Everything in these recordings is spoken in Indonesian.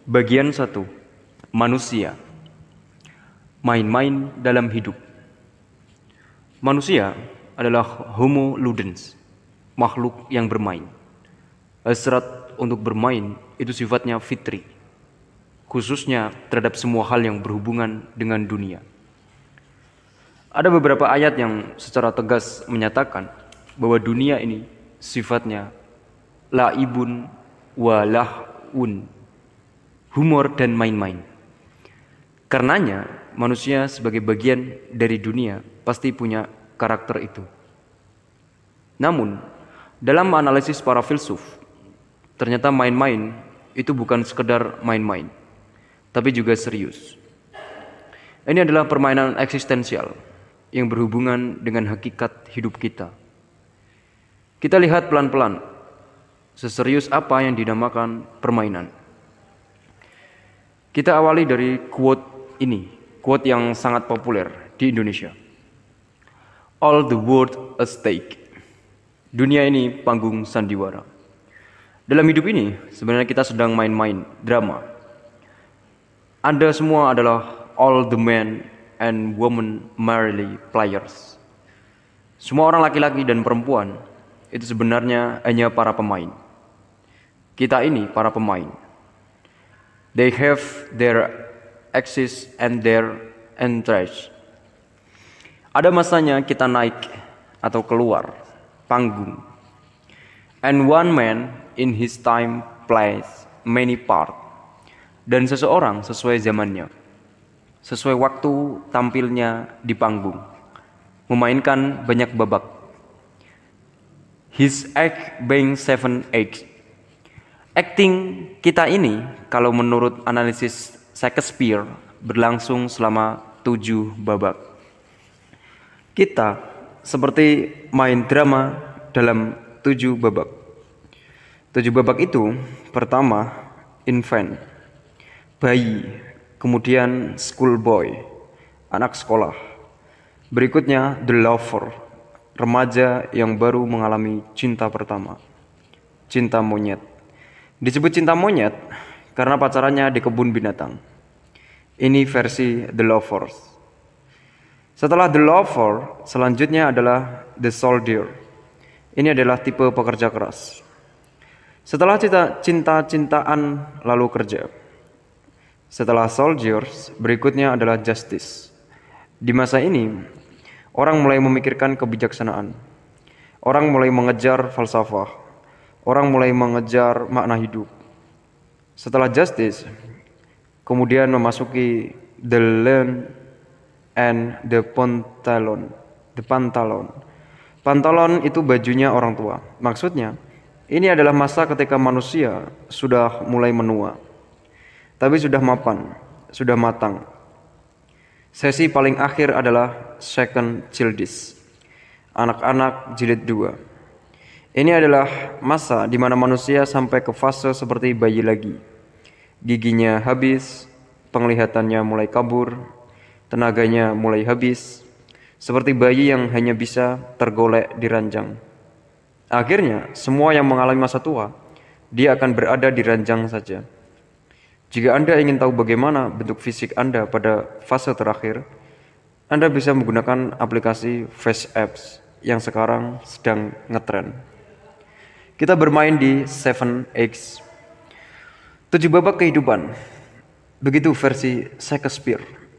Bagian 1. Manusia. Main-main dalam hidup. Manusia adalah homo ludens, makhluk yang bermain. Hasrat untuk bermain itu sifatnya fitri, khususnya terhadap semua hal yang berhubungan dengan dunia. Ada beberapa ayat yang secara tegas menyatakan bahwa dunia ini sifatnya laibun wa lahun, humor dan main-main. Karenanya manusia sebagai bagian dari dunia pasti punya karakter itu. Namun dalam analisis para filsuf, ternyata main-main itu bukan sekedar main-main, tapi juga serius. Ini adalah permainan eksistensial yang berhubungan dengan hakikat hidup kita. Kita lihat pelan-pelan seserius apa yang dinamakan permainan. Kita awali dari quote ini, quote yang sangat populer di Indonesia. All the world a stake. Dunia ini panggung sandiwara. Dalam hidup ini sebenarnya kita sedang main-main drama. Anda semua adalah all the men and women merely players. Semua orang laki-laki dan perempuan itu sebenarnya hanya para pemain. Kita ini para pemain. They have their axis and their entourage. Ada masanya kita naik atau keluar panggung. And one man in his time plays many part. Dan seseorang sesuai zamannya, sesuai waktu tampilnya di panggung, memainkan banyak babak. His act being 7 acts. Acting kita ini, kalau menurut analisis Shakespeare, berlangsung selama 7 babak. Kita seperti main drama dalam 7 babak. 7 babak itu, pertama, infant, bayi, kemudian schoolboy, anak sekolah. Berikutnya, the lover, remaja yang baru mengalami cinta pertama, cinta monyet. Disebut cinta monyet karena pacarannya di kebun binatang. Ini versi The Lovers. Setelah The Lover, selanjutnya adalah The Soldier. Ini adalah tipe pekerja keras. Setelah cinta-cintaan lalu kerja. Setelah Soldiers, berikutnya adalah Justice. Di masa ini, orang mulai memikirkan kebijaksanaan. Orang mulai mengejar falsafah. Orang mulai mengejar makna hidup. Setelah Justice, kemudian memasuki the land and the pantalon. The pantalon. Pantalon itu bajunya orang tua. Maksudnya, ini adalah masa ketika manusia sudah mulai menua. Tapi sudah mapan, sudah matang. Sesi paling akhir adalah second childish. Anak-anak jilid 2. Ini adalah masa di mana manusia sampai ke fase seperti bayi lagi. Giginya habis, penglihatannya mulai kabur, tenaganya mulai habis, seperti bayi yang hanya bisa tergolek di ranjang. Akhirnya, semua yang mengalami masa tua, dia akan berada di ranjang saja. Jika Anda ingin tahu bagaimana bentuk fisik Anda pada fase terakhir, Anda bisa menggunakan aplikasi Face Apps yang sekarang sedang ngetren. Kita bermain di 7X. 7 babak kehidupan. Begitu versi Shakespeare.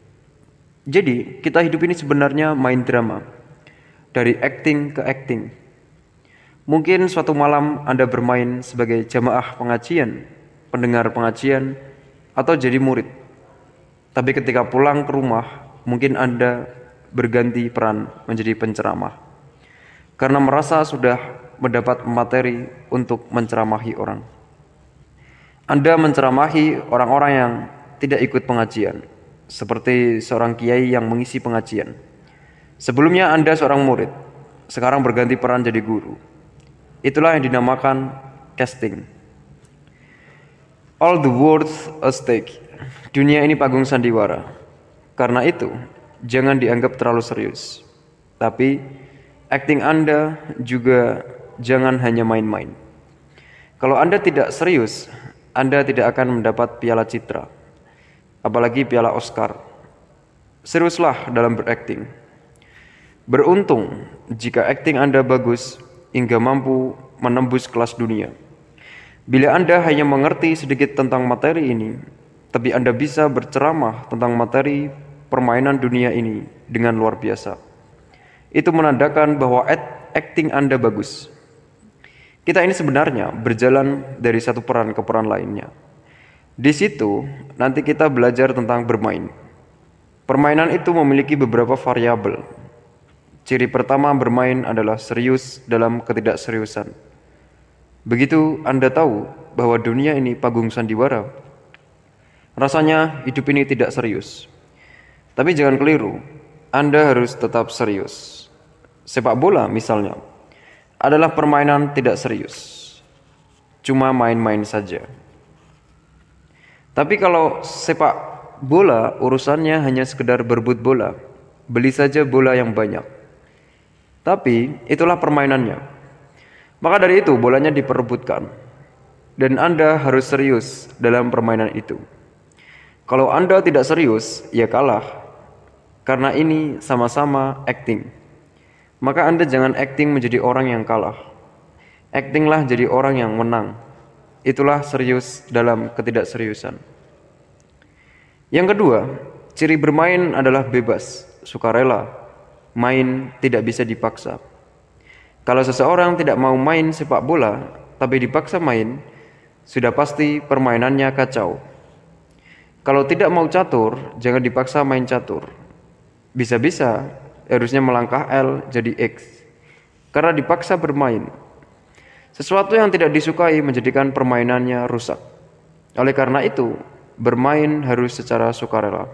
Jadi, kita hidup ini sebenarnya main drama. Dari acting ke acting. Mungkin suatu malam Anda bermain sebagai jamaah pengajian, pendengar pengajian, atau jadi murid. Tapi ketika pulang ke rumah, mungkin Anda berganti peran menjadi penceramah. Karena merasa sudah mendapat materi untuk menceramahi orang. Anda menceramahi orang-orang yang tidak ikut pengajian, seperti seorang kiai yang mengisi pengajian. Sebelumnya Anda seorang murid, sekarang berganti peran jadi guru. Itulah yang dinamakan casting. All the world a stake. Dunia ini panggung sandiwara. Karena itu, jangan dianggap terlalu serius. Tapi, acting Anda juga jangan hanya main-main. Kalau Anda tidak serius, Anda tidak akan mendapat piala citra, apalagi piala Oscar. Seriuslah dalam berakting. Beruntung jika akting Anda bagus hingga mampu menembus kelas dunia. Bila Anda hanya mengerti sedikit tentang materi ini, tapi Anda bisa berceramah tentang materi permainan dunia ini dengan luar biasa. Itu menandakan bahwa akting Anda bagus. Kita ini sebenarnya berjalan dari satu peran ke peran lainnya. Di situ nanti kita belajar tentang bermain. Permainan itu memiliki beberapa variabel. Ciri pertama bermain adalah serius dalam ketidakseriusan. Begitu Anda tahu bahwa dunia ini panggung sandiwara, rasanya hidup ini tidak serius. Tapi jangan keliru, Anda harus tetap serius. Sepak bola misalnya adalah permainan tidak serius, cuma main-main saja. Tapi kalau sepak bola urusannya hanya sekedar berebut bola, beli saja bola yang banyak. Tapi itulah permainannya. Maka dari itu bolanya diperebutkan, dan Anda harus serius dalam permainan itu. Kalau Anda tidak serius, ya kalah. Karena ini sama-sama acting. Maka Anda jangan acting menjadi orang yang kalah. Actinglah jadi orang yang menang. Itulah serius dalam ketidakseriusan. Yang kedua, ciri bermain adalah bebas, sukarela. Main tidak bisa dipaksa. Kalau seseorang tidak mau main sepak bola, tapi dipaksa main, sudah pasti permainannya kacau. Kalau tidak mau catur, jangan dipaksa main catur. Bisa-bisa harusnya melangkah L jadi X, karena dipaksa bermain. Sesuatu yang tidak disukai menjadikan permainannya rusak. Oleh karena itu, bermain harus secara sukarela.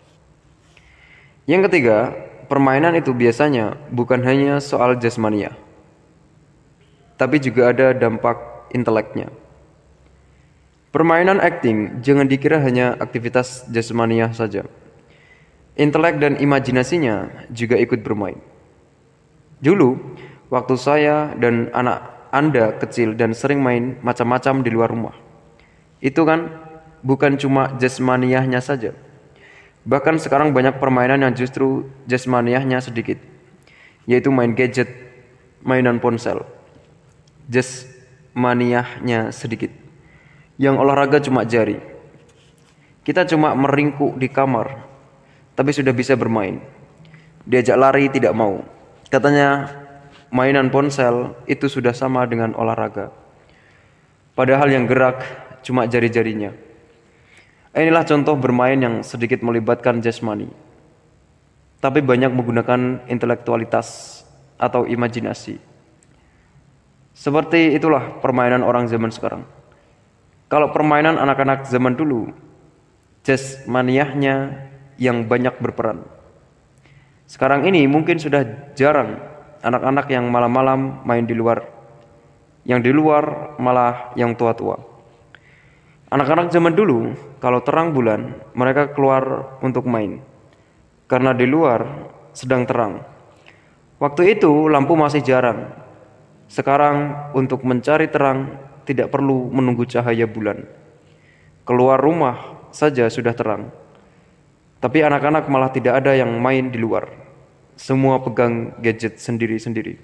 Yang ketiga, permainan itu biasanya bukan hanya soal jasmania, tapi juga ada dampak inteleknya. Permainan acting jangan dikira hanya aktivitas jasmania saja. Intelek dan imajinasinya juga ikut bermain. Dulu, waktu saya dan anak Anda kecil dan sering main macam-macam di luar rumah, itu kan bukan cuma jasmaniahnya saja. Bahkan sekarang banyak permainan yang justru jasmaniahnya sedikit, yaitu main gadget, mainan ponsel. Jasmaniahnya sedikit, yang olahraga cuma jari. Kita cuma meringkuk di kamar, tapi sudah bisa bermain. Diajak lari tidak mau. Katanya mainan ponsel itu sudah sama dengan olahraga. Padahal yang gerak cuma jari-jarinya. Inilah contoh bermain yang sedikit melibatkan jasmani, tapi banyak menggunakan intelektualitas atau imajinasi. Seperti itulah permainan orang zaman sekarang. Kalau permainan anak-anak zaman dulu, jasmaniahnya yang banyak berperan. Sekarang ini mungkin sudah jarang anak-anak yang malam-malam main di luar. Yang di luar malah yang tua-tua. Anak-anak zaman dulu kalau terang bulan mereka keluar untuk main. Karena di luar sedang terang. Waktu itu lampu masih jarang. Sekarang untuk mencari terang tidak perlu menunggu cahaya bulan. Keluar rumah saja sudah terang. Tapi anak-anak malah tidak ada yang main di luar. Semua pegang gadget sendiri-sendiri.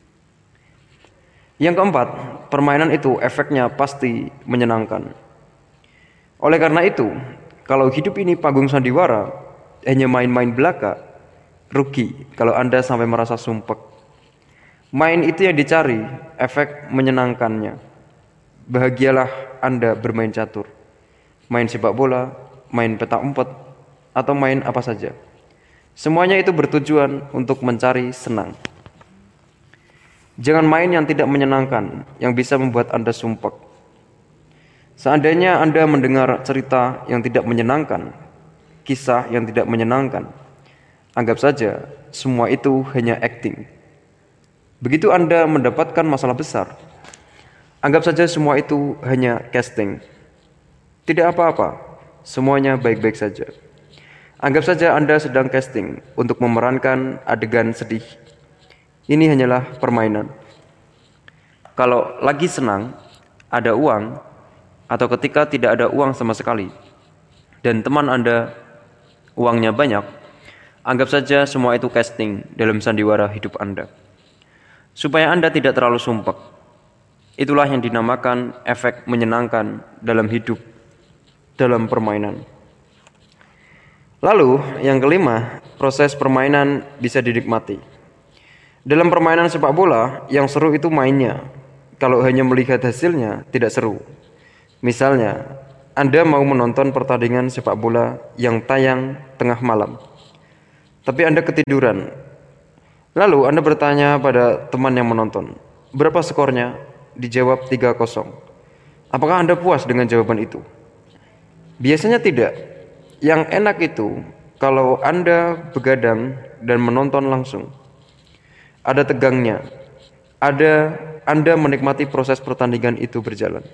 Yang keempat, permainan itu efeknya pasti menyenangkan. Oleh karena itu, kalau hidup ini panggung sandiwara, hanya main-main belaka, rugi kalau Anda sampai merasa sumpek. Main itu yang dicari, efek menyenangkannya. Bahagialah Anda bermain catur, main sepak bola, main petak umpet, atau main apa saja. Semuanya itu bertujuan untuk mencari senang. Jangan main yang tidak menyenangkan, yang bisa membuat Anda sumpek. Seandainya Anda mendengar cerita yang tidak menyenangkan, kisah yang tidak menyenangkan, anggap saja semua itu hanya acting. Begitu Anda mendapatkan masalah besar, anggap saja semua itu hanya casting. Tidak apa-apa, semuanya baik-baik saja. Anggap saja Anda sedang casting untuk memerankan adegan sedih. Ini hanyalah permainan. Kalau lagi senang, ada uang, atau ketika tidak ada uang sama sekali dan teman Anda uangnya banyak, anggap saja semua itu casting dalam sandiwara hidup Anda. Supaya Anda tidak terlalu sumpek. Itulah yang dinamakan efek menyenangkan dalam hidup, dalam permainan. Lalu, yang kelima, proses permainan bisa dinikmati. Dalam permainan sepak bola, yang seru itu mainnya. Kalau hanya melihat hasilnya, tidak seru. Misalnya, Anda mau menonton pertandingan sepak bola yang tayang tengah malam, tapi Anda ketiduran. Lalu Anda bertanya pada teman yang menonton, berapa skornya? Dijawab 3-0. Apakah Anda puas dengan jawaban itu? Biasanya tidak. Yang enak itu kalau Anda begadang dan menonton langsung. Ada tegangnya. Anda menikmati proses pertandingan itu berjalan.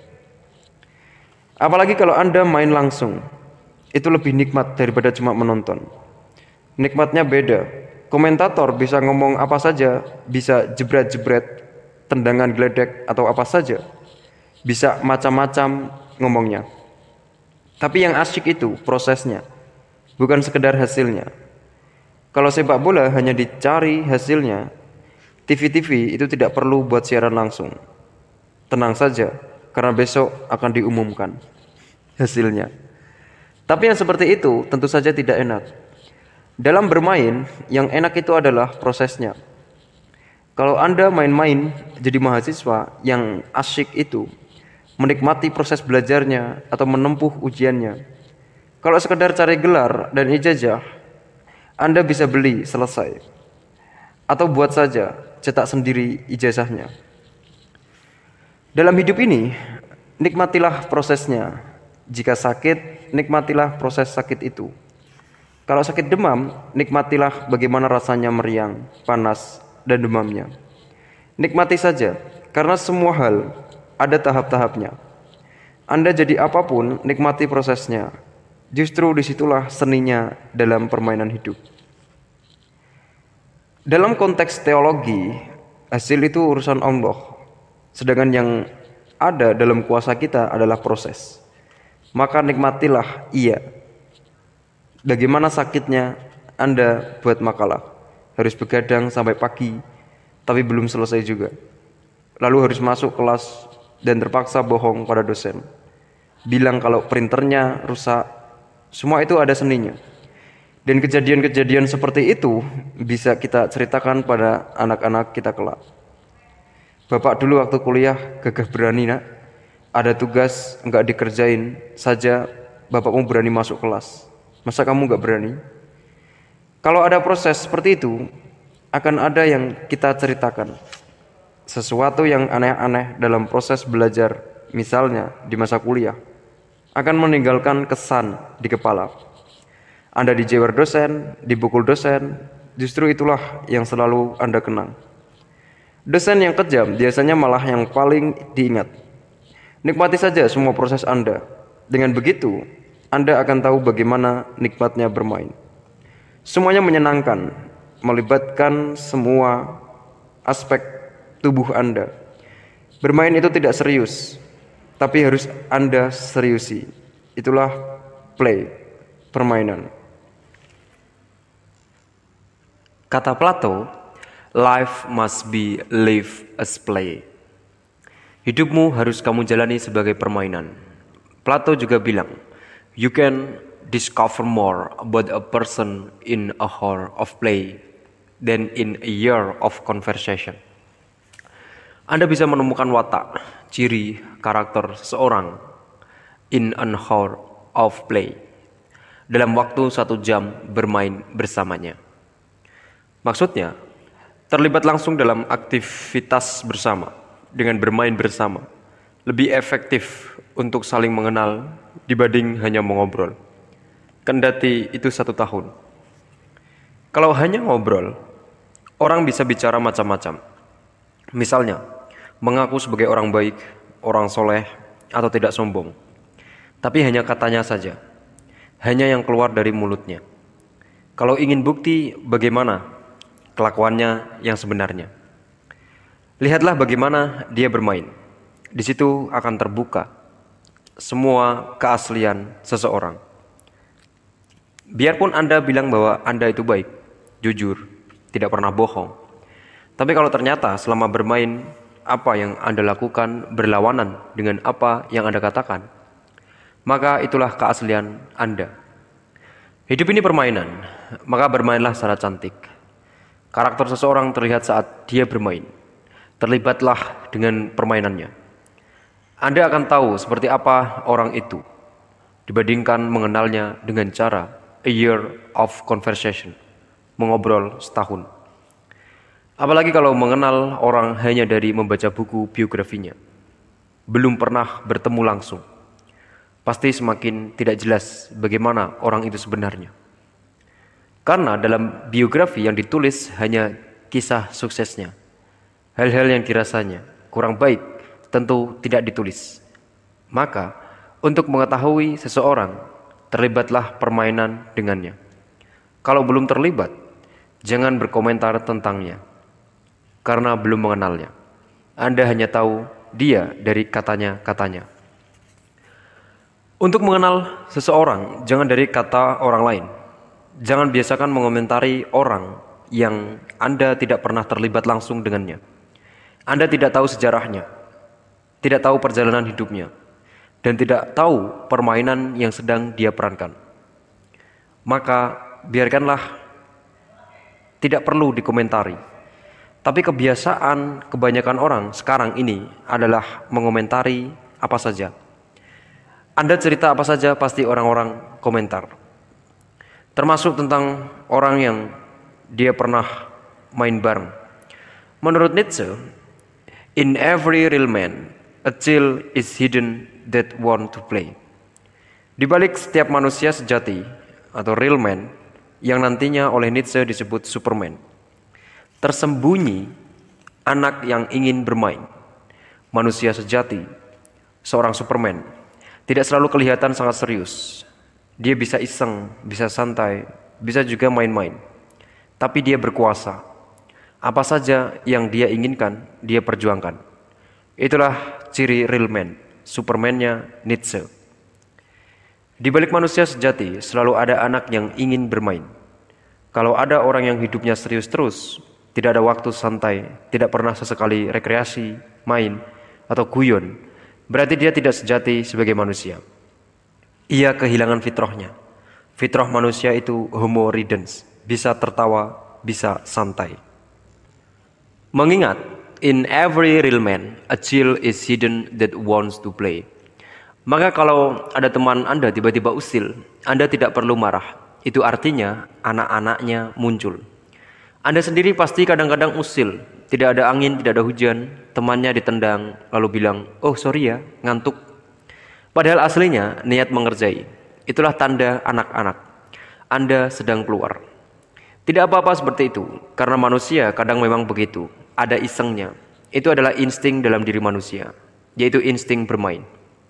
Apalagi kalau Anda main langsung, itu lebih nikmat daripada cuma menonton. Nikmatnya beda. Komentator bisa ngomong apa saja, bisa jebret-jebret, tendangan geledek atau apa saja. Bisa macam-macam ngomongnya. Tapi yang asyik itu prosesnya, bukan sekedar hasilnya. Kalau sepak bola hanya dicari hasilnya, TV-TV itu tidak perlu buat siaran langsung. Tenang saja, karena besok akan diumumkan hasilnya. Tapi yang seperti itu tentu saja tidak enak. Dalam bermain, yang enak itu adalah prosesnya. Kalau Anda main-main jadi mahasiswa yang asyik itu, menikmati proses belajarnya atau menempuh ujiannya. Kalau sekedar cari gelar dan ijazah, Anda bisa beli selesai. Atau buat saja, cetak sendiri ijazahnya. Dalam hidup ini, nikmatilah prosesnya. Jika sakit, nikmatilah proses sakit itu. Kalau sakit demam, nikmatilah bagaimana rasanya meriang, panas, dan demamnya. Nikmati saja, karena semua hal ada tahap-tahapnya. Anda jadi apapun, nikmati prosesnya. Justru disitulah seninya dalam permainan hidup. Dalam konteks teologi, hasil itu urusan Allah. Sedangkan yang ada dalam kuasa kita adalah proses. Maka nikmatilah ia. Bagaimana sakitnya Anda buat makalah. Harus begadang sampai pagi, tapi belum selesai juga. Lalu harus masuk kelas dan terpaksa bohong pada dosen. Bilang kalau printernya rusak. Semua itu ada seninya. Dan kejadian-kejadian seperti itu bisa kita ceritakan pada anak-anak kita kelak. Bapak dulu waktu kuliah gagah berani nak. Ada tugas enggak dikerjain saja bapakmu berani masuk kelas. Masa kamu enggak berani? Kalau ada proses seperti itu, akan ada yang kita ceritakan. Sesuatu yang aneh-aneh dalam proses belajar, misalnya di masa kuliah, akan meninggalkan kesan di kepala. Anda dijewer dosen, dipukul dosen, justru itulah yang selalu Anda kenang. Dosen yang kejam biasanya malah yang paling diingat. Nikmati saja semua proses Anda. Dengan begitu, Anda akan tahu bagaimana nikmatnya bermain. Semuanya menyenangkan, melibatkan semua aspek tubuh Anda. Bermain itu tidak serius, tapi harus Anda seriusi. Itulah play, permainan. Kata Plato, life must be lived as play. Hidupmu harus kamu jalani sebagai permainan. Plato juga bilang, you can discover more about a person in a hour of play than in a year of conversation. Anda bisa menemukan watak, ciri, karakter seseorang in an hour of play dalam waktu 1 jam bermain bersamanya. Maksudnya, terlibat langsung dalam aktivitas bersama dengan bermain bersama lebih efektif untuk saling mengenal dibanding hanya mengobrol. Kendati itu 1 tahun. Kalau hanya ngobrol, orang bisa bicara macam-macam. Misalnya, mengaku sebagai orang baik, orang soleh, atau tidak sombong. Tapi hanya katanya saja. Hanya yang keluar dari mulutnya. Kalau ingin bukti bagaimana kelakuannya yang sebenarnya, lihatlah bagaimana dia bermain. Di situ akan terbuka semua keaslian seseorang. Biarpun Anda bilang bahwa Anda itu baik, jujur, tidak pernah bohong. Tapi kalau ternyata selama bermain, apa yang Anda lakukan berlawanan dengan apa yang Anda katakan, maka itulah keaslian Anda. Hidup ini permainan, maka bermainlah secara cantik. Karakter seseorang terlihat saat dia bermain. Terlibatlah dengan permainannya. Anda akan tahu seperti apa orang itu dibandingkan mengenalnya dengan cara a year of conversation, mengobrol setahun. Apalagi kalau mengenal orang hanya dari membaca buku biografinya, belum pernah bertemu langsung. Pasti semakin tidak jelas bagaimana orang itu sebenarnya. Karena dalam biografi yang ditulis hanya kisah suksesnya. Hal-hal yang dirasanya kurang baik tentu tidak ditulis. Maka untuk mengetahui seseorang, terlibatlah permainan dengannya. Kalau belum terlibat, jangan berkomentar tentangnya. Karena belum mengenalnya. Anda hanya tahu dia dari katanya-katanya. Untuk mengenal seseorang, jangan dari kata orang lain. Jangan biasakan mengomentari orang yang Anda tidak pernah terlibat langsung dengannya. Anda tidak tahu sejarahnya, tidak tahu perjalanan hidupnya, dan tidak tahu permainan yang sedang dia perankan. Maka biarkanlah, tidak perlu dikomentari. Tapi kebiasaan kebanyakan orang sekarang ini adalah mengomentari apa saja. Anda cerita apa saja pasti orang-orang komentar. Termasuk tentang orang yang dia pernah main bareng. Menurut Nietzsche, in every real man, a child is hidden that want to play. Di balik setiap manusia sejati atau real man yang nantinya oleh Nietzsche disebut Superman, tersembunyi anak yang ingin bermain. Manusia sejati, seorang Superman, tidak selalu kelihatan sangat serius. Dia bisa iseng, bisa santai, bisa juga main-main. Tapi dia berkuasa. Apa saja yang dia inginkan, dia perjuangkan. Itulah ciri real man, Superman-nya Nietzsche. Di balik manusia sejati selalu ada anak yang ingin bermain. Kalau ada orang yang hidupnya serius terus, tidak ada waktu santai, tidak pernah sesekali rekreasi, main, atau guyon, berarti dia tidak sejati sebagai manusia. Ia kehilangan fitrahnya. Fitrah manusia itu homo ridens, bisa tertawa, bisa santai. Mengingat, in every real man, a child is hidden that wants to play. Maka kalau ada teman Anda tiba-tiba usil, Anda tidak perlu marah. Itu artinya anak-anaknya muncul. Anda sendiri pasti kadang-kadang usil, tidak ada angin, tidak ada hujan, temannya ditendang, lalu bilang, oh sorry ya, ngantuk. Padahal aslinya niat mengerjai. Itulah tanda anak-anak. Anda sedang keluar. Tidak apa-apa seperti itu, karena manusia kadang memang begitu, ada isengnya. Itu adalah insting dalam diri manusia, yaitu insting bermain.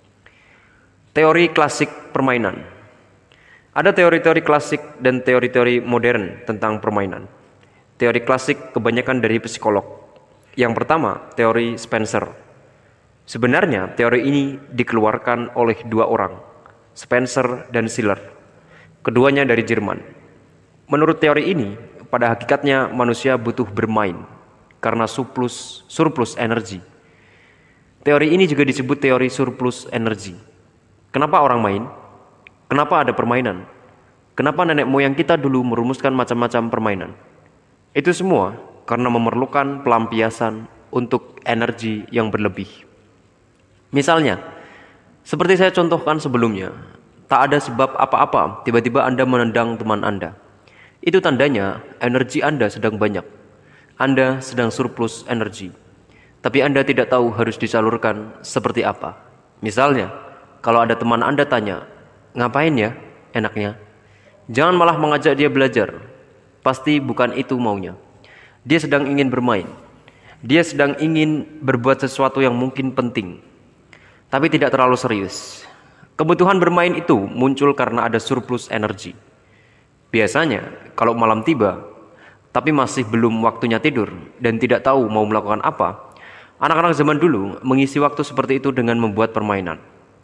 Teori klasik permainan. Ada teori-teori klasik dan teori-teori modern tentang permainan. Teori klasik kebanyakan dari psikolog. Yang pertama, teori Spencer. Sebenarnya teori ini dikeluarkan oleh dua orang, Spencer dan Schiller. Keduanya dari Jerman. Menurut teori ini, pada hakikatnya manusia butuh bermain karena surplus energi. Teori ini juga disebut teori surplus energi. Kenapa orang main? Kenapa ada permainan? Kenapa nenek moyang kita dulu merumuskan macam-macam permainan? Itu semua karena memerlukan pelampiasan untuk energi yang berlebih. Misalnya, seperti saya contohkan sebelumnya, tak ada sebab apa-apa tiba-tiba Anda menendang teman Anda. Itu tandanya energi Anda sedang banyak. Anda sedang surplus energi. Tapi Anda tidak tahu harus disalurkan seperti apa. Misalnya, kalau ada teman Anda tanya, ngapain ya enaknya? Jangan malah mengajak dia belajar. Pasti bukan itu maunya. Dia sedang ingin bermain. Dia sedang ingin berbuat sesuatu yang mungkin penting, tapi tidak terlalu serius. Kebutuhan bermain itu muncul karena ada surplus energi. Biasanya kalau malam tiba, tapi masih belum waktunya tidur dan tidak tahu mau melakukan apa, anak-anak zaman dulu mengisi waktu seperti itu dengan membuat permainan.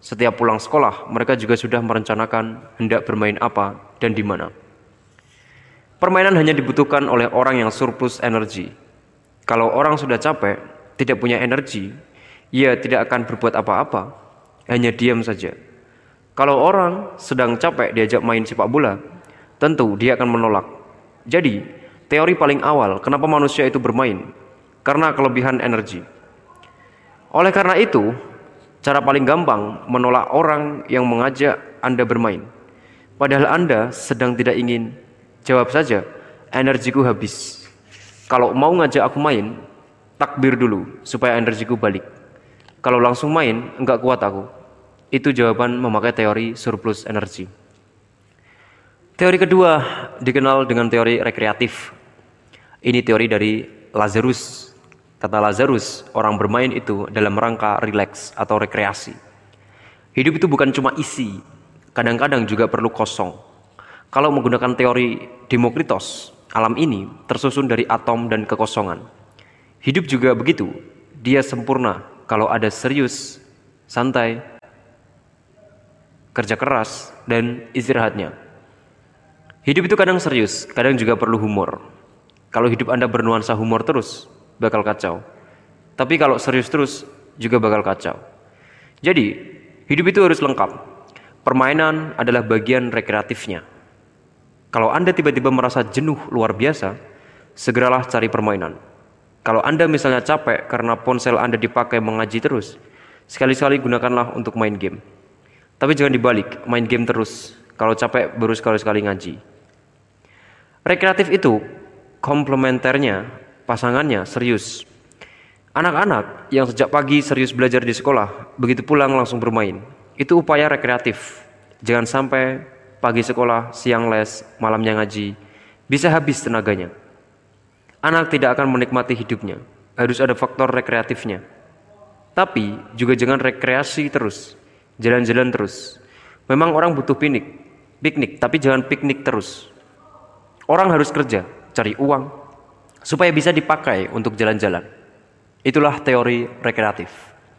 Setiap pulang sekolah, mereka juga sudah merencanakan hendak bermain apa dan di mana. Permainan hanya dibutuhkan oleh orang yang surplus energi. Kalau orang sudah capek, tidak punya energi, ia tidak akan berbuat apa-apa, hanya diam saja. Kalau orang sedang capek diajak main sepak bola, tentu dia akan menolak. Jadi, teori paling awal kenapa manusia itu bermain, karena kelebihan energi. Oleh karena itu, cara paling gampang menolak orang yang mengajak Anda bermain. Padahal Anda sedang tidak ingin. Jawab saja, energiku habis. Kalau mau ngajak aku main, takbir dulu supaya energiku balik. Kalau langsung main, enggak kuat aku. Itu jawaban memakai teori surplus energi. Teori kedua dikenal dengan teori rekreatif. Ini teori dari Lazarus. Kata Lazarus, orang bermain itu dalam rangka rileks atau rekreasi. Hidup itu bukan cuma isi, kadang-kadang juga perlu kosong. Kalau menggunakan teori Demokritos, alam ini tersusun dari atom dan kekosongan. Hidup juga begitu, dia sempurna kalau ada serius, santai, kerja keras, dan istirahatnya. Hidup itu kadang serius, kadang juga perlu humor. Kalau hidup Anda bernuansa humor terus, bakal kacau. Tapi kalau serius terus, juga bakal kacau. Jadi, hidup itu harus lengkap. Permainan adalah bagian rekreatifnya. Kalau Anda tiba-tiba merasa jenuh luar biasa, segeralah cari permainan. Kalau Anda misalnya capek karena ponsel Anda dipakai mengaji terus, sekali-sekali gunakanlah untuk main game. Tapi jangan dibalik, main game terus. Kalau capek, baru sekali-sekali ngaji. Rekreatif itu, komplementernya, pasangannya serius. Anak-anak yang sejak pagi serius belajar di sekolah, begitu pulang langsung bermain. Itu upaya rekreatif. Jangan sampai pagi sekolah, siang les, malamnya ngaji. Bisa habis tenaganya. Anak tidak akan menikmati hidupnya. Harus ada faktor rekreatifnya. Tapi juga jangan rekreasi terus. Jalan-jalan terus. Memang orang butuh piknik, tapi jangan piknik terus. Orang harus kerja, cari uang, supaya bisa dipakai untuk jalan-jalan. Itulah teori rekreatif.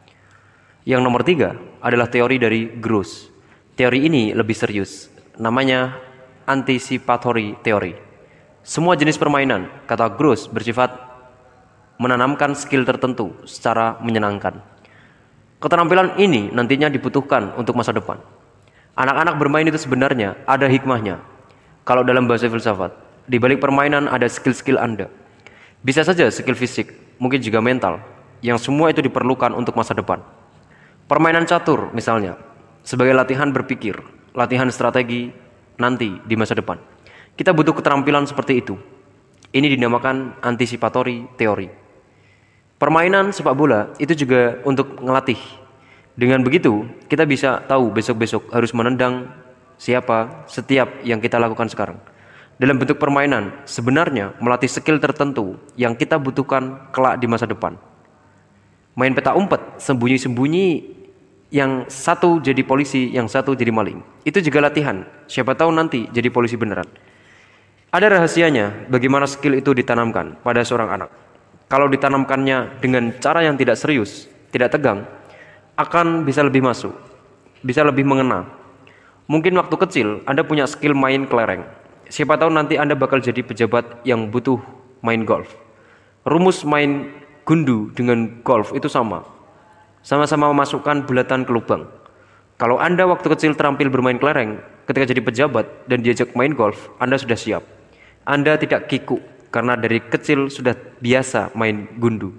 Yang nomor 3 adalah teori dari Gross. Teori ini lebih serius. Namanya anticipatory theory. Semua jenis permainan, kata Gross, bersifat menanamkan skill tertentu secara menyenangkan. Keterampilan ini nantinya dibutuhkan untuk masa depan. Anak-anak bermain itu sebenarnya ada hikmahnya. Kalau dalam bahasa filsafat, di balik permainan ada skill-skill Anda. Bisa saja skill fisik, mungkin juga mental, yang semua itu diperlukan untuk masa depan. Permainan catur misalnya, sebagai latihan berpikir, latihan strategi nanti di masa depan. Kita butuh keterampilan seperti itu. Ini dinamakan anticipatory theory. Permainan sepak bola itu juga untuk ngelatih. Dengan begitu, kita bisa tahu besok-besok harus menendang siapa setiap yang kita lakukan sekarang. Dalam bentuk permainan, sebenarnya melatih skill tertentu yang kita butuhkan kelak di masa depan. Main peta umpet, sembunyi-sembunyi, yang satu jadi polisi, yang satu jadi maling. Itu juga latihan, siapa tahu nanti jadi polisi beneran. Ada rahasianya bagaimana skill itu ditanamkan pada seorang anak. Kalau ditanamkannya dengan cara yang tidak serius, tidak tegang, akan bisa lebih masuk, bisa lebih mengena. Mungkin waktu kecil Anda punya skill main kelereng. Siapa tahu nanti Anda bakal jadi pejabat yang butuh main golf. Rumus main gundu dengan golf itu sama. Sama-sama memasukkan bulatan ke lubang. Kalau Anda waktu kecil terampil bermain kelereng, ketika jadi pejabat dan diajak main golf, Anda sudah siap. Anda tidak kikuk karena dari kecil sudah biasa main gundu.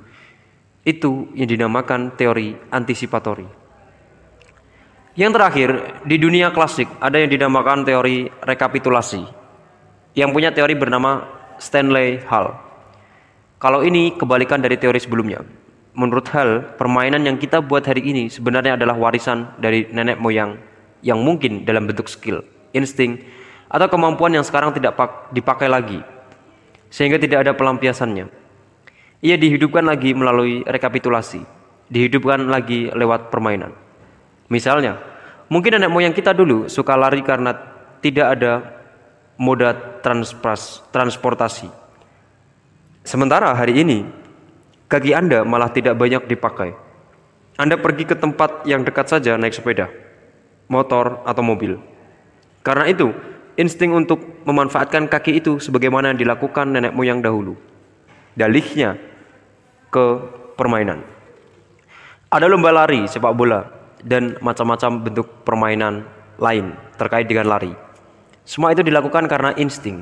Itu yang dinamakan teori antisipatori. Yang terakhir, di dunia klasik ada yang dinamakan teori rekapitulasi. Yang punya teori bernama Stanley Hall. Kalau ini kebalikan dari teori sebelumnya. Menurut Hall, permainan yang kita buat hari ini sebenarnya adalah warisan dari nenek moyang yang mungkin dalam bentuk skill, insting, atau kemampuan yang sekarang tidak dipakai lagi, sehingga tidak ada pelampiasannya. Ia dihidupkan lagi melalui rekapitulasi, dihidupkan lagi lewat permainan. Misalnya, mungkin nenek moyang kita dulu suka lari karena tidak ada moda transportasi. Sementara hari ini, kaki Anda malah tidak banyak dipakai. Anda pergi ke tempat yang dekat saja naik sepeda, motor, atau mobil. Karena itu, insting untuk memanfaatkan kaki itu sebagaimana yang dilakukan nenek moyang dahulu. Dalihnya ke permainan. Ada lomba lari, sepak bola, dan macam-macam bentuk permainan lain terkait dengan lari. Semua itu dilakukan karena insting.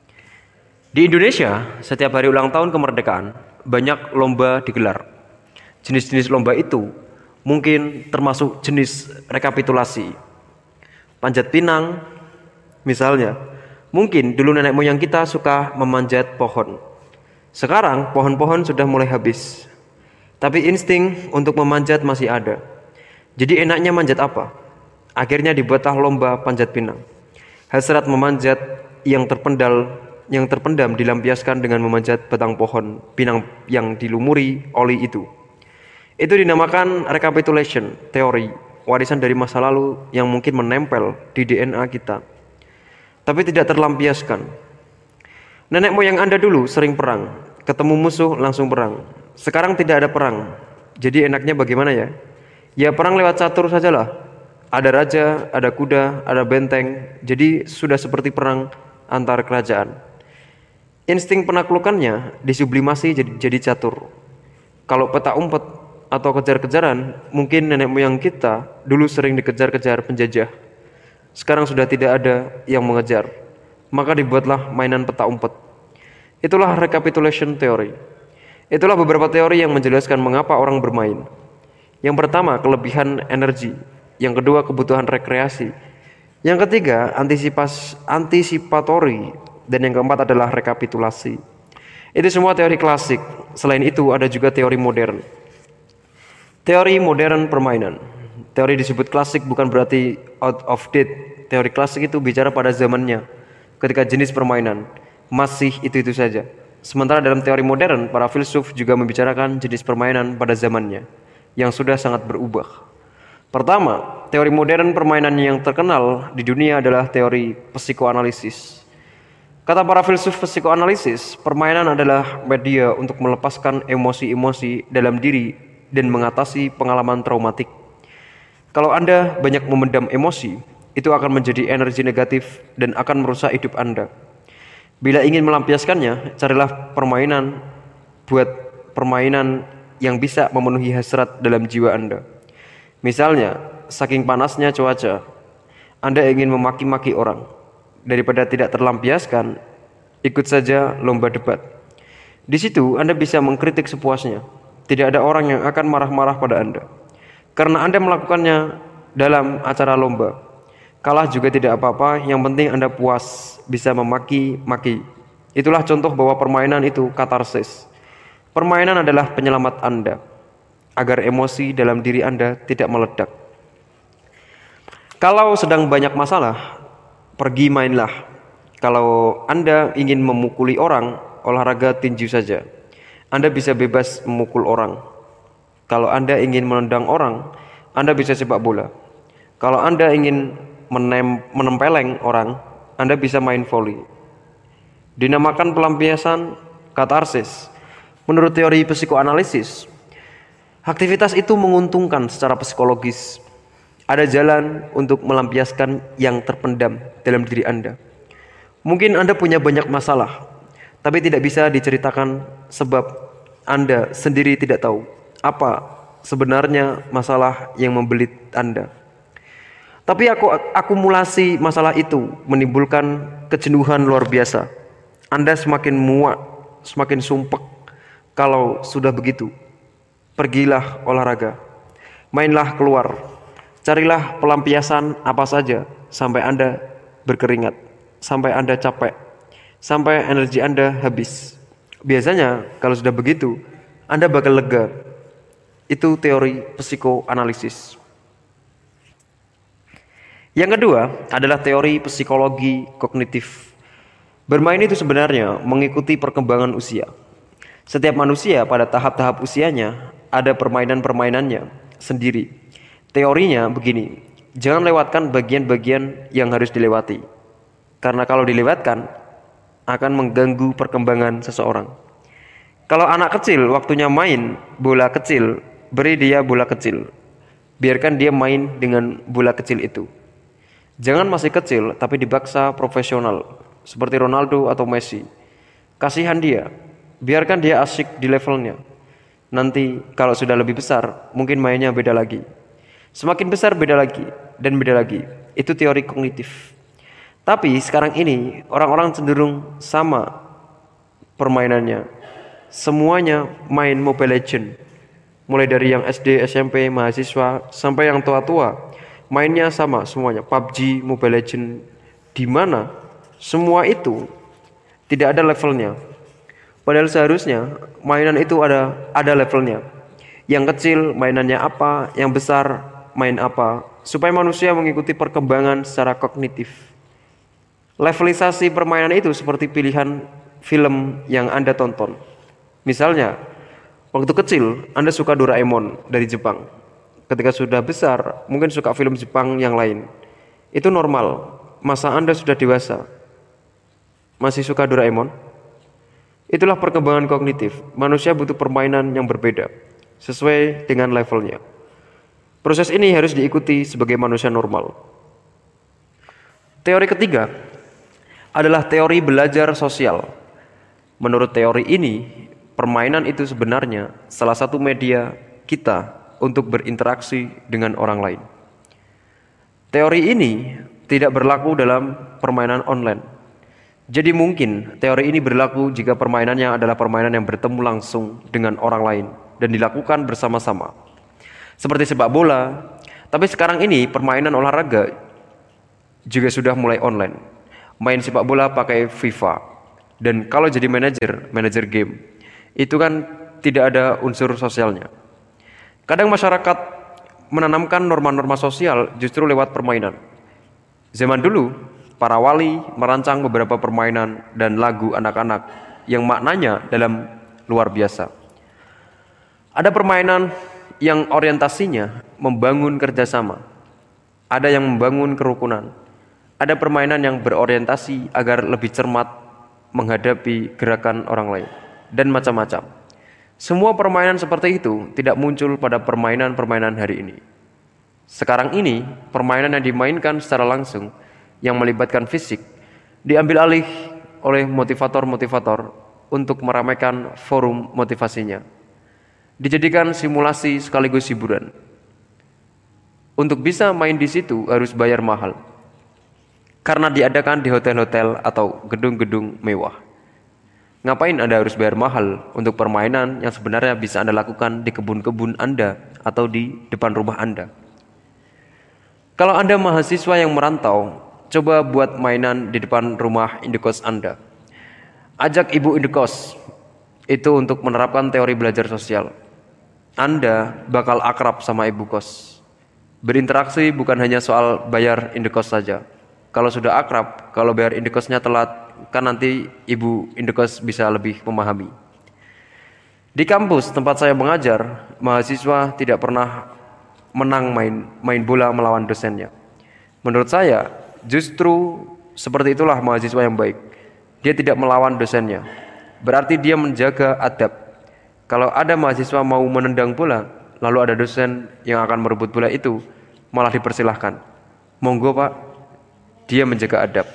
Di Indonesia, setiap hari ulang tahun kemerdekaan, banyak lomba digelar. Jenis-jenis lomba itu mungkin termasuk jenis rekapitulasi. Panjat pinang, misalnya. Mungkin dulu nenek moyang kita suka memanjat pohon. Sekarang pohon-pohon sudah mulai habis. Tapi insting untuk memanjat masih ada. Jadi enaknya manjat apa? Akhirnya dibuatlah lomba panjat pinang. Hasrat memanjat yang terpendam dilampiaskan dengan memanjat batang pohon pinang yang dilumuri oli itu. Itu dinamakan recapitulation teori, warisan dari masa lalu yang mungkin menempel di DNA kita, tapi tidak terlampiaskan. Nenek moyang Anda dulu sering perang, ketemu musuh langsung perang. Sekarang tidak ada perang, jadi enaknya bagaimana ya? Ya perang lewat catur sajalah. Ada raja, ada kuda, ada benteng, jadi sudah seperti perang antar kerajaan. Insting penaklukannya disublimasi jadi catur. Kalau peta umpet atau kejar-kejaran, mungkin nenek moyang kita dulu sering dikejar-kejar penjajah. Sekarang sudah tidak ada yang mengejar, maka dibuatlah mainan peta umpet. Itulah recapitulation theory. Itulah beberapa teori yang menjelaskan mengapa orang bermain. Yang pertama, kelebihan energi. Yang kedua, kebutuhan rekreasi. Yang ketiga, antisipatori. Dan yang keempat adalah rekapitulasi. Itu semua teori klasik. Selain itu, ada juga teori modern. Teori modern permainan. Teori disebut klasik bukan berarti out of date. Teori klasik itu bicara pada zamannya, ketika jenis permainan masih itu-itu saja. Sementara dalam teori modern, para filsuf juga membicarakan jenis permainan pada zamannya, yang sudah sangat berubah. Pertama, teori modern permainan yang terkenal di dunia adalah teori psikoanalisis. Kata para filsuf psikoanalisis, permainan adalah media untuk melepaskan emosi-emosi dalam diri dan mengatasi pengalaman traumatik. Kalau Anda banyak memendam emosi, itu akan menjadi energi negatif dan akan merusak hidup Anda. Bila ingin melampiaskannya, carilah permainan, buat permainan yang bisa memenuhi hasrat dalam jiwa Anda. Misalnya, saking panasnya cuaca, Anda ingin memaki-maki orang. Daripada tidak terlampiaskan, ikut saja lomba debat. Di situ Anda bisa mengkritik sepuasnya. Tidak ada orang yang akan marah-marah pada Anda, karena Anda melakukannya dalam acara lomba. Kalah juga tidak apa-apa, yang penting Anda puas bisa memaki-maki. Itulah contoh bahwa permainan itu katarsis. Permainan adalah penyelamat Anda, agar emosi dalam diri Anda tidak meledak. Kalau sedang banyak masalah, pergi mainlah. Kalau Anda ingin memukuli orang, olahraga tinju saja. Anda bisa bebas memukul orang. Kalau Anda ingin menendang orang, Anda bisa sepak bola. Kalau Anda ingin menempeleng orang, Anda bisa main voli. Dinamakan pelampiasan katarsis. Menurut teori psikoanalisis, aktivitas itu menguntungkan secara psikologis. Ada jalan untuk melampiaskan yang terpendam dalam diri Anda. Mungkin Anda punya banyak masalah, tapi tidak bisa diceritakan sebab Anda sendiri tidak tahu apa sebenarnya masalah yang membelit Anda. Tapi akumulasi masalah itu menimbulkan kejenuhan luar biasa. Anda semakin muak, semakin sumpek. Kalau sudah begitu, pergilah olahraga, mainlah keluar, carilah pelampiasan apa saja sampai Anda berkeringat, sampai Anda capek, sampai energi Anda habis. Biasanya kalau sudah begitu, Anda bakal lega. Itu teori psikoanalisis. Yang kedua adalah teori psikologi kognitif. Bermain itu sebenarnya mengikuti perkembangan usia. Setiap manusia pada tahap-tahap usianya ada permainan-permainannya sendiri. Teorinya begini, jangan lewatkan bagian-bagian yang harus dilewati. Karena kalau dilewatkan, akan mengganggu perkembangan seseorang. Kalau anak kecil waktunya main bola kecil, beri dia bola kecil. Biarkan dia main dengan bola kecil itu. Jangan masih kecil tapi dipaksa profesional seperti Ronaldo atau Messi. Kasihan dia. Biarkan dia asyik di levelnya. Nanti kalau sudah lebih besar, mungkin mainnya beda lagi. Semakin besar beda lagi dan beda lagi. Itu teori kognitif. Tapi sekarang ini orang-orang cenderung sama permainannya. Semuanya main Mobile Legends. Mulai dari yang SD, SMP, mahasiswa sampai yang tua-tua. Mainnya sama semuanya. PUBG, Mobile Legends, di mana semua itu tidak ada levelnya. Padahal seharusnya mainan itu ada levelnya. Yang kecil mainannya apa, yang besar main apa, supaya manusia mengikuti perkembangan secara kognitif. Levelisasi permainan itu seperti pilihan film yang Anda tonton. Misalnya, waktu kecil Anda suka Doraemon dari Jepang. Ketika sudah besar, mungkin suka film Jepang yang lain. Itu normal. Masa Anda sudah dewasa, masih suka Doraemon? Itulah perkembangan kognitif. Manusia butuh permainan yang berbeda, sesuai dengan levelnya. Proses ini harus diikuti sebagai manusia normal. Teori ketiga adalah teori belajar sosial. Menurut teori ini, permainan itu sebenarnya salah satu media kita untuk berinteraksi dengan orang lain. Teori ini tidak berlaku dalam permainan online. Jadi mungkin teori ini berlaku jika permainannya adalah permainan yang bertemu langsung dengan orang lain dan dilakukan bersama-sama. Seperti sepak bola, tapi sekarang ini permainan olahraga juga sudah mulai online. Main sepak bola pakai FIFA. Dan kalau jadi manajer game, itu kan tidak ada unsur sosialnya. Kadang masyarakat menanamkan norma-norma sosial justru lewat permainan. Zaman dulu, para wali merancang beberapa permainan dan lagu anak-anak yang maknanya dalam luar biasa. Ada permainan yang orientasinya membangun kerjasama. Ada yang membangun kerukunan. Ada permainan yang berorientasi agar lebih cermat menghadapi gerakan orang lain. Dan macam-macam. Semua permainan seperti itu tidak muncul pada permainan-permainan hari ini. Sekarang ini, permainan yang dimainkan secara langsung yang melibatkan fisik diambil alih oleh motivator-motivator untuk meramaikan forum motivasinya. Dijadikan simulasi sekaligus hiburan. Untuk bisa main di situ harus bayar mahal. Karena diadakan di hotel-hotel atau gedung-gedung mewah. Ngapain Anda harus bayar mahal untuk permainan yang sebenarnya bisa Anda lakukan di kebun-kebun Anda atau di depan rumah Anda? Kalau Anda mahasiswa yang merantau, coba buat mainan di depan rumah indekos Anda. Ajak ibu indekos. Itu untuk menerapkan teori belajar sosial. Anda bakal akrab sama ibu kos. Berinteraksi bukan hanya soal bayar indekos saja. Kalau sudah akrab, kalau bayar indekosnya telat, kan nanti ibu indekos bisa lebih memahami. Di kampus tempat saya mengajar, mahasiswa tidak pernah menang main bola melawan dosennya. Menurut saya, justru seperti itulah mahasiswa yang baik. Dia tidak melawan dosennya. Berarti dia menjaga adab. Kalau ada mahasiswa mau menendang bola, lalu ada dosen yang akan merebut bola itu, malah dipersilahkan. Monggo Pak. Dia menjaga adab.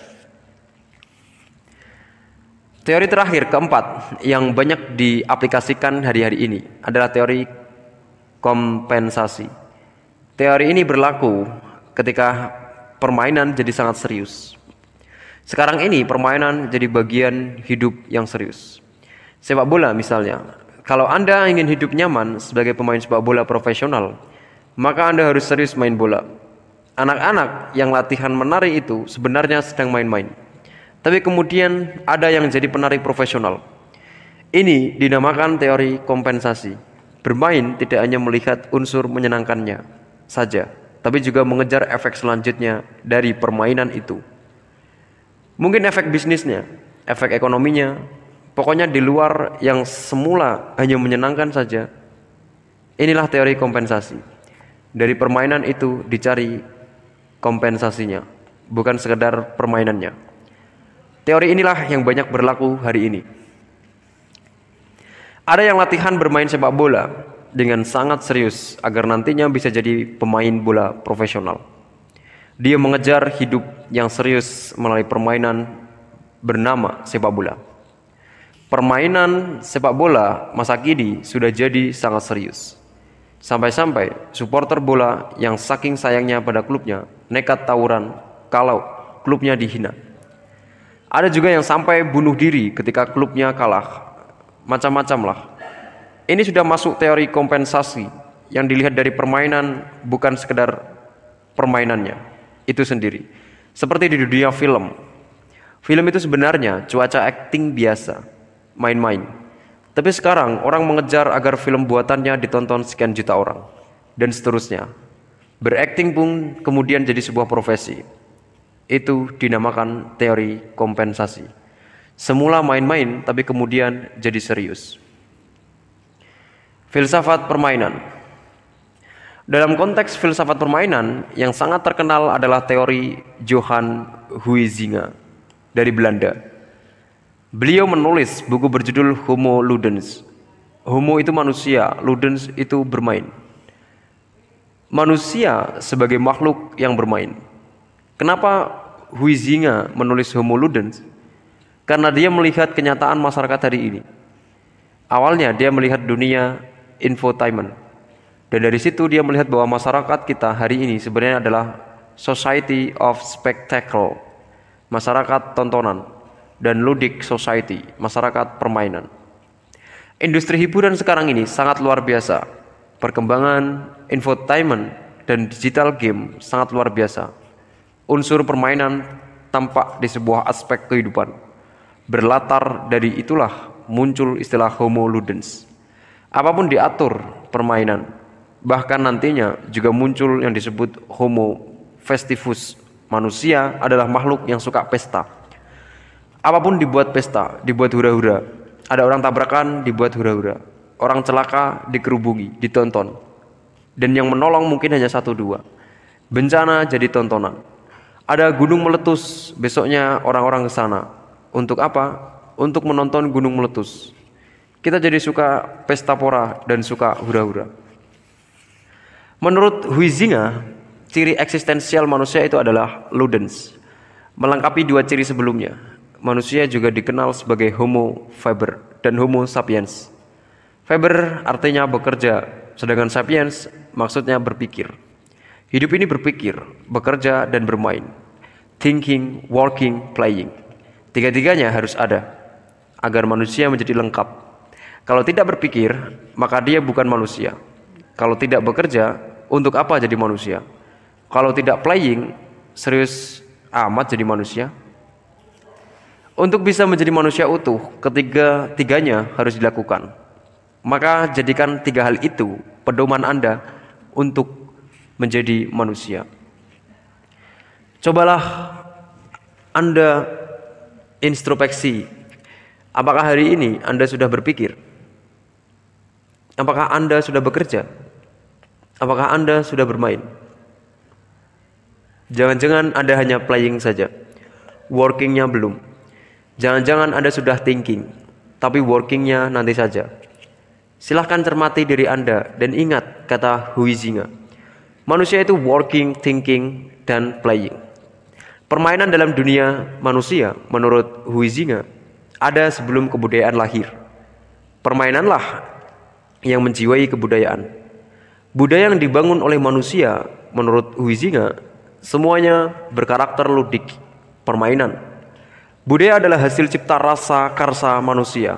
Teori terakhir, keempat, yang banyak diaplikasikan hari-hari ini adalah teori kompensasi. Teori ini berlaku ketika permainan jadi sangat serius. Sekarang ini permainan jadi bagian hidup yang serius. Sepak bola misalnya. Kalau Anda ingin hidup nyaman sebagai pemain sepak bola profesional, maka Anda harus serius main bola. Anak-anak yang latihan menari itu sebenarnya sedang main-main. Tapi kemudian ada yang jadi penari profesional. Ini dinamakan teori kompensasi. Bermain tidak hanya melihat unsur menyenangkannya saja, tapi juga mengejar efek selanjutnya dari permainan itu. Mungkin efek bisnisnya, efek ekonominya, pokoknya di luar yang semula hanya menyenangkan saja. Inilah teori kompensasi. Dari permainan itu dicari kompensasinya, bukan sekedar permainannya. Teori inilah yang banyak berlaku hari ini. Ada yang latihan bermain sepak bola dengan sangat serius agar nantinya bisa jadi pemain bola profesional. Dia mengejar hidup yang serius melalui permainan bernama sepak bola. Permainan sepak bola masa kini sudah jadi sangat serius. Sampai-sampai supporter bola yang saking sayangnya pada klubnya nekat tawuran kalau klubnya dihina. Ada juga yang sampai bunuh diri ketika klubnya kalah. Macam-macam lah. Ini sudah masuk teori kompensasi yang dilihat dari permainan bukan sekedar permainannya itu sendiri. Seperti di dunia film. Film itu sebenarnya cuaca akting biasa, main-main. Tapi sekarang orang mengejar agar film buatannya ditonton sekian juta orang dan seterusnya. Berakting pun kemudian jadi sebuah profesi. Itu dinamakan teori kompensasi. Semula main-main tapi kemudian jadi serius. Filsafat permainan. Dalam konteks filsafat permainan, yang sangat terkenal adalah teori Johan Huizinga dari Belanda. Beliau menulis buku berjudul Homo Ludens. Homo itu manusia, Ludens itu bermain. Manusia sebagai makhluk yang bermain. Kenapa Huizinga menulis Homo Ludens? Karena dia melihat kenyataan masyarakat hari ini. Awalnya dia melihat dunia infotainment. Dan dari situ dia melihat bahwa masyarakat kita hari ini sebenarnya adalah society of spectacle, masyarakat tontonan, dan ludic society, masyarakat permainan. Industri hiburan sekarang ini sangat luar biasa. Perkembangan infotainment dan digital game sangat luar biasa. Unsur permainan tampak di sebuah aspek kehidupan. Berlatar dari itulah muncul istilah Homo Ludens. Apapun diatur permainan. Bahkan nantinya juga muncul yang disebut Homo festivus. Manusia adalah makhluk yang suka pesta. Apapun dibuat pesta, dibuat hura-hura. Ada orang tabrakan, dibuat hura-hura. Orang celaka, dikerubungi, ditonton. Dan yang menolong mungkin hanya 1-2. Bencana jadi tontonan. Ada gunung meletus, besoknya orang-orang ke sana. Untuk apa? Untuk menonton gunung meletus. Kita jadi suka pesta pora dan suka hura-hura. Menurut Huizinga, ciri eksistensial manusia itu adalah ludens, melengkapi 2 ciri sebelumnya. Manusia juga dikenal sebagai Homo faber dan Homo sapiens. Faber artinya bekerja, sedangkan sapiens maksudnya berpikir. Hidup ini berpikir, bekerja dan bermain. Thinking, working, playing. Tiga-tiganya harus ada agar manusia menjadi lengkap. Kalau tidak berpikir, maka dia bukan manusia. Kalau tidak bekerja, untuk apa jadi manusia? Kalau tidak playing, serius amat jadi manusia? Untuk bisa menjadi manusia utuh, ketiga-tiganya harus dilakukan. Maka jadikan 3 hal itu pedoman Anda untuk menjadi manusia. Cobalah Anda introspeksi. Apakah hari ini Anda sudah berpikir? Apakah Anda sudah bekerja? Apakah Anda sudah bermain? Jangan-jangan Anda hanya playing saja. Workingnya belum. Jangan-jangan Anda sudah thinking, tapi workingnya nanti saja. Silahkan cermati diri Anda dan ingat kata Huizinga. Manusia itu working, thinking, dan playing. Permainan dalam dunia manusia menurut Huizinga ada sebelum kebudayaan lahir. Permainanlah yang menjiwai kebudayaan. Budaya yang dibangun oleh manusia menurut Huizinga semuanya berkarakter ludik, permainan. Budaya adalah hasil cipta rasa karsa manusia.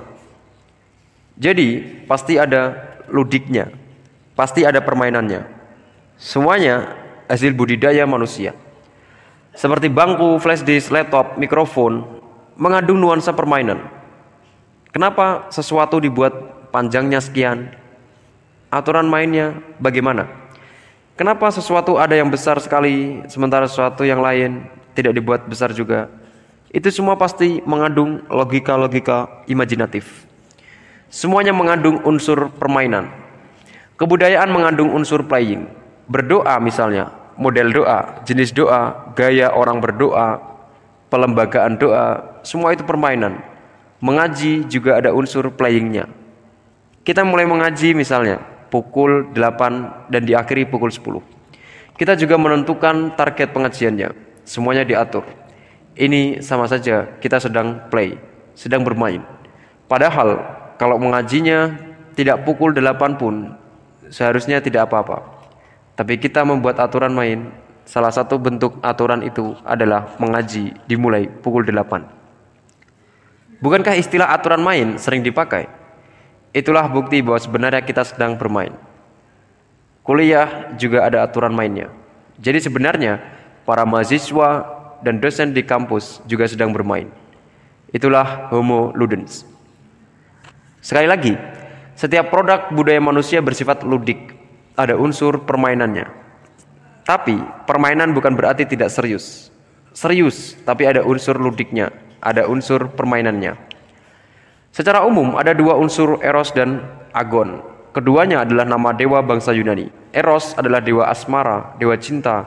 Jadi pasti ada ludiknya, pasti ada permainannya. Semuanya hasil budidaya manusia. Seperti bangku, flash disk, laptop, mikrofon mengandung nuansa permainan. Kenapa sesuatu dibuat panjangnya sekian? Aturan mainnya bagaimana? Kenapa sesuatu ada yang besar sekali sementara sesuatu yang lain tidak dibuat besar juga? Itu semua pasti mengandung logika-logika imajinatif. Semuanya mengandung unsur permainan. Kebudayaan mengandung unsur playing. Berdoa misalnya, model doa, jenis doa, gaya orang berdoa, pelembagaan doa, semua itu permainan. Mengaji juga ada unsur playingnya. Kita mulai mengaji misalnya, pukul 8 dan diakhiri pukul 10. Kita juga menentukan target pengajiannya. Semuanya diatur. Ini sama saja kita sedang play, sedang bermain. Padahal kalau mengajinya tidak pukul 8 pun seharusnya tidak apa-apa. Tapi kita membuat aturan main. Salah satu bentuk aturan itu adalah mengaji dimulai pukul 8. Bukankah istilah aturan main sering dipakai? Itulah bukti bahwa sebenarnya kita sedang bermain. Kuliah juga ada aturan mainnya. Jadi sebenarnya para mahasiswa dan dosen di kampus juga sedang bermain. Itulah homo ludens. Sekali lagi, setiap produk budaya manusia bersifat ludik. Ada unsur permainannya. Tapi permainan bukan berarti tidak serius. Serius, tapi ada unsur ludiknya, ada unsur permainannya. Secara umum ada dua unsur eros dan agon. Keduanya adalah nama dewa bangsa Yunani. Eros adalah dewa asmara, dewa cinta.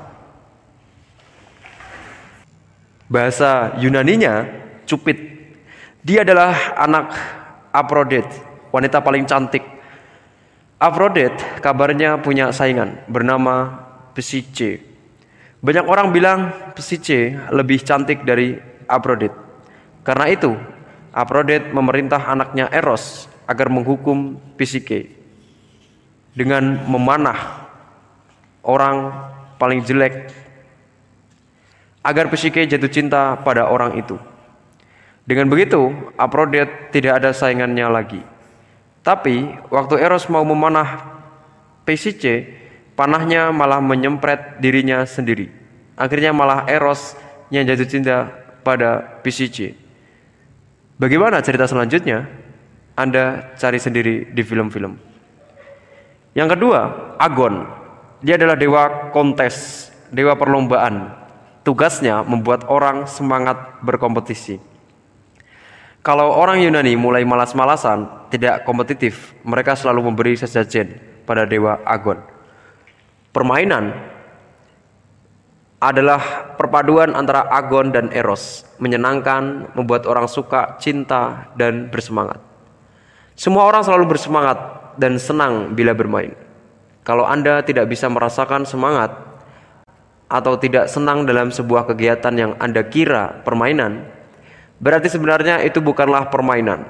Bahasa Yunaninya Cupid. Dia adalah anak Aphrodite, wanita paling cantik. Aphrodite kabarnya punya saingan bernama Psyche. Banyak orang bilang Psyche lebih cantik dari Aphrodite. Karena itu, Aphrodite memerintah anaknya Eros agar menghukum Psyche dengan memanah orang paling jelek agar Psyche jatuh cinta pada orang itu. Dengan begitu, Aphrodite tidak ada saingannya lagi. Tapi, waktu Eros mau memanah Psyche, panahnya malah menyempret dirinya sendiri. Akhirnya malah Eros yang jatuh cinta pada Psyche. Bagaimana cerita selanjutnya? Anda cari sendiri di film-film. Yang kedua, Agon. Dia adalah dewa kontes, dewa perlombaan. Tugasnya membuat orang semangat berkompetisi. Kalau orang Yunani mulai malas-malasan, tidak kompetitif, mereka selalu memberi sesajen pada dewa Agon. Permainan adalah perpaduan antara Agon dan Eros, menyenangkan, membuat orang suka, cinta, dan bersemangat. Semua orang selalu bersemangat dan senang bila bermain. Kalau Anda tidak bisa merasakan semangat atau tidak senang dalam sebuah kegiatan yang Anda kira permainan, berarti sebenarnya itu bukanlah permainan.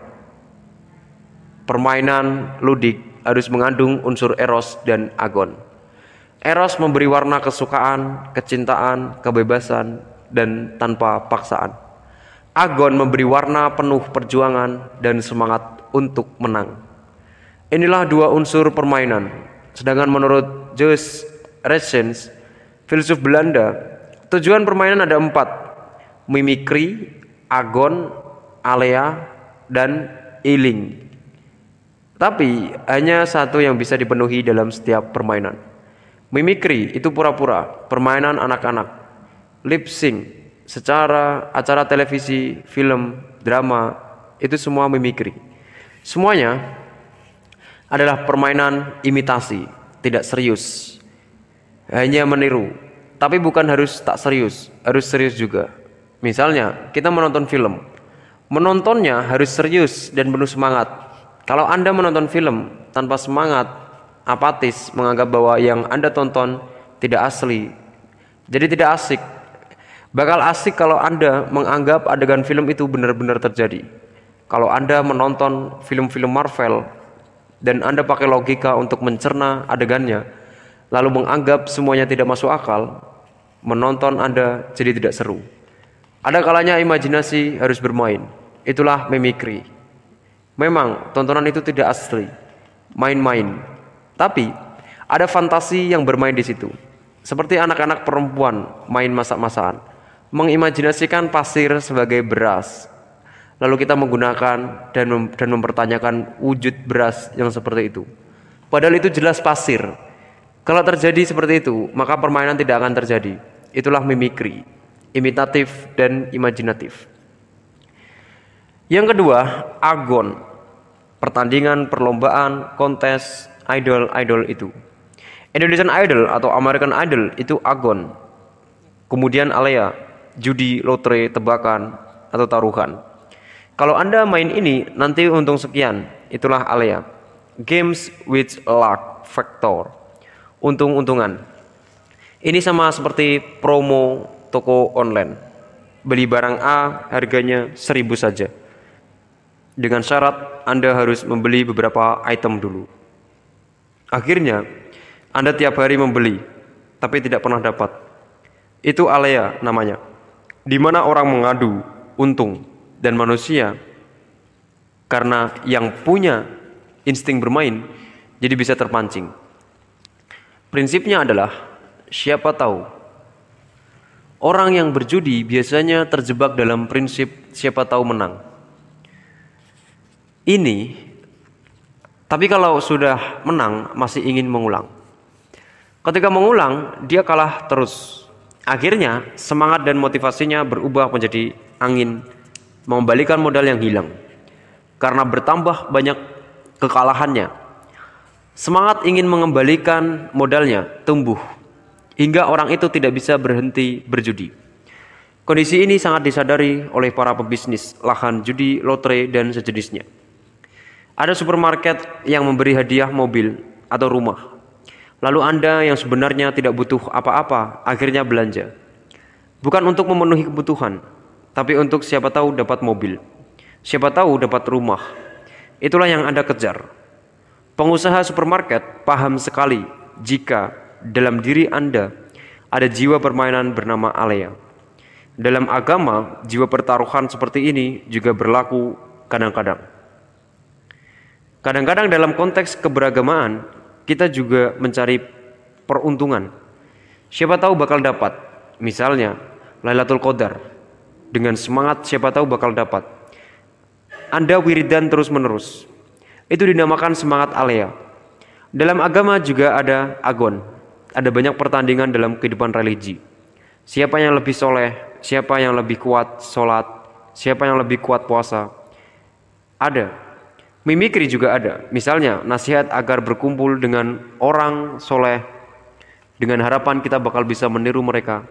Permainan ludik harus mengandung unsur Eros dan Agon. Eros memberi warna kesukaan, kecintaan, kebebasan, dan tanpa paksaan. Agon memberi warna penuh perjuangan dan semangat untuk menang. Inilah dua unsur permainan. Sedangkan menurut Joyce Reschens, filsuf Belanda, tujuan permainan ada 4. Mimikri, agon, alea, dan iling. Tapi hanya satu yang bisa dipenuhi dalam setiap permainan. Mimikri itu pura-pura, permainan anak-anak. Lip sync, secara acara televisi, film, drama, itu semua mimikri. Semuanya adalah permainan imitasi, tidak serius. Hanya meniru, tapi bukan harus tak serius, harus serius juga. Misalnya, kita menonton film. Menontonnya harus serius dan penuh semangat. Kalau Anda menonton film tanpa semangat, apatis, menganggap bahwa yang Anda tonton tidak asli, jadi tidak asik. Bakal asik kalau Anda menganggap adegan film itu benar-benar terjadi. Kalau Anda menonton film-film Marvel dan Anda pakai logika untuk mencerna adegannya, lalu menganggap semuanya tidak masuk akal, menonton Anda jadi tidak seru. Ada kalanya imajinasi harus bermain. Itulah mimikri. Memang tontonan itu tidak asli, main-main. Tapi ada fantasi yang bermain di situ. Seperti anak-anak perempuan main masak-masakan, mengimajinasikan pasir sebagai beras. Lalu kita menggunakan dan mempertanyakan wujud beras yang seperti itu. Padahal itu jelas pasir. Kalau terjadi seperti itu, maka permainan tidak akan terjadi. Itulah mimikri, imitatif dan imajinatif. Yang kedua, agon. Pertandingan, perlombaan, kontes, idol itu. Indonesian Idol atau American Idol itu agon. Kemudian alea, judi, lotre, tebakan, atau taruhan. Kalau Anda main ini, nanti untung sekian. Itulah alea. Games with luck. faktor untung-untungan. Ini sama seperti promo toko online. Beli barang A harganya 1.000 saja. Dengan syarat Anda harus membeli beberapa item dulu. Akhirnya Anda tiap hari membeli, tapi tidak pernah dapat. Itu alea namanya, di mana orang mengadu untung dan manusia karena yang punya insting bermain jadi bisa terpancing. Prinsipnya adalah siapa tahu. Orang yang berjudi biasanya terjebak dalam prinsip siapa tahu menang. Tapi kalau sudah menang masih ingin mengulang. Ketika mengulang, dia kalah terus. Akhirnya semangat dan motivasinya berubah menjadi angin, mengembalikan modal yang hilang. Karena bertambah banyak kekalahannya, semangat ingin mengembalikan modalnya tumbuh, hingga orang itu tidak bisa berhenti berjudi. Kondisi ini sangat disadari oleh para pebisnis lahan judi, lotre, dan sejenisnya. Ada supermarket yang memberi hadiah mobil atau rumah. Lalu Anda yang sebenarnya tidak butuh apa-apa akhirnya belanja. Bukan untuk memenuhi kebutuhan, tapi untuk siapa tahu dapat mobil, siapa tahu dapat rumah. Itulah yang Anda kejar. Pengusaha supermarket paham sekali jika dalam diri Anda ada jiwa permainan bernama alea. Dalam agama, jiwa pertaruhan seperti ini juga berlaku kadang-kadang. Kadang-kadang dalam konteks keberagamaan, kita juga mencari peruntungan. Siapa tahu bakal dapat. Misalnya, Lailatul Qadar. Dengan semangat siapa tahu bakal dapat. Anda wiridan terus-menerus. Itu dinamakan semangat alea. Dalam agama juga ada agon. Ada banyak pertandingan dalam kehidupan religi. Siapa yang lebih soleh, siapa yang lebih kuat sholat, siapa yang lebih kuat puasa. Ada. Mimikri juga ada. Misalnya nasihat agar berkumpul dengan orang soleh dengan harapan kita bakal bisa meniru mereka.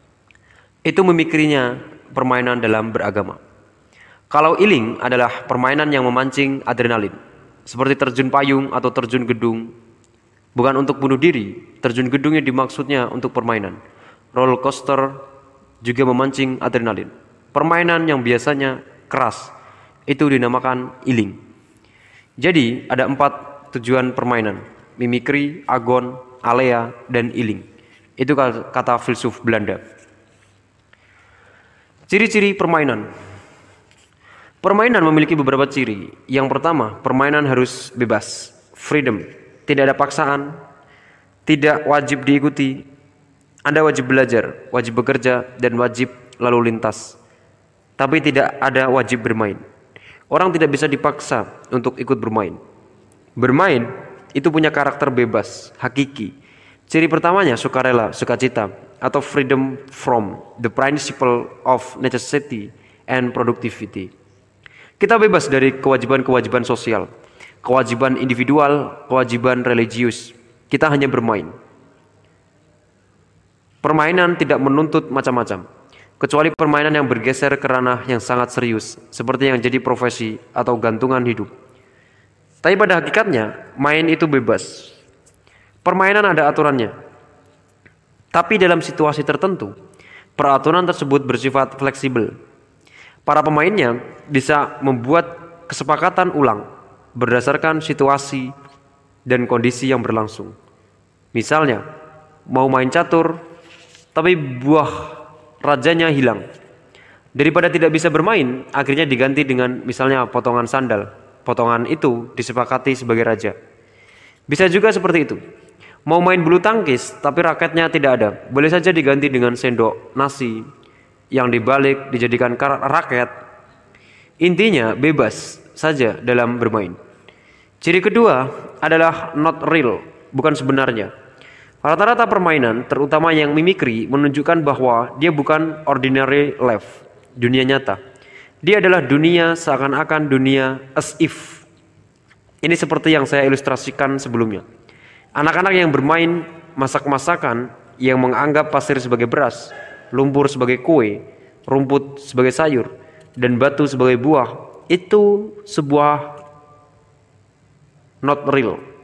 Itu mimikrinya permainan dalam beragama. Kalau iling adalah permainan yang memancing adrenalin, seperti terjun payung atau terjun gedung. Bukan untuk bunuh diri, terjun gedungnya dimaksudnya untuk permainan. Roller coaster juga memancing adrenalin. Permainan yang biasanya keras, itu dinamakan iling. Jadi ada 4 tujuan permainan: mimikri, agon, alea, dan iling. Itu kata filsuf Belanda. Ciri-ciri permainan. Permainan memiliki beberapa ciri. Yang pertama, permainan harus bebas, freedom. Tidak ada paksaan, tidak wajib diikuti. Anda wajib belajar, wajib bekerja, dan wajib lalu lintas. Tapi tidak ada wajib bermain. Orang tidak bisa dipaksa untuk ikut bermain. Bermain itu punya karakter bebas, hakiki. Ciri pertamanya sukarela, sukacita, atau freedom from the principle of necessity and productivity. Kita bebas dari kewajiban-kewajiban sosial, kewajiban individual, kewajiban religius. Kita hanya bermain. Permainan tidak menuntut macam-macam, kecuali permainan yang bergeser ke ranah yang sangat serius, seperti yang jadi profesi atau gantungan hidup. Tapi pada hakikatnya, main itu bebas. Permainan ada aturannya. Tapi dalam situasi tertentu, peraturan tersebut bersifat fleksibel. Para pemainnya bisa membuat kesepakatan ulang berdasarkan situasi dan kondisi yang berlangsung. Misalnya, mau main catur, tapi buah rajanya hilang. Daripada tidak bisa bermain, akhirnya diganti dengan misalnya potongan sandal. Potongan itu disepakati sebagai raja. Bisa juga seperti itu. Mau main bulu tangkis, tapi raketnya tidak ada. Boleh saja diganti dengan sendok nasi yang dibalik dijadikan raket. Intinya bebas saja dalam bermain. Ciri kedua adalah not real, bukan sebenarnya. Rata-rata permainan, terutama yang mimikri, menunjukkan bahwa dia bukan ordinary life, dunia nyata. Dia adalah dunia seakan-akan dunia as if. Ini seperti yang saya ilustrasikan sebelumnya. Anak-anak yang bermain masak-masakan, yang menganggap pasir sebagai beras, lumpur sebagai kue, rumput sebagai sayur, dan batu sebagai buah, itu sebuah not real.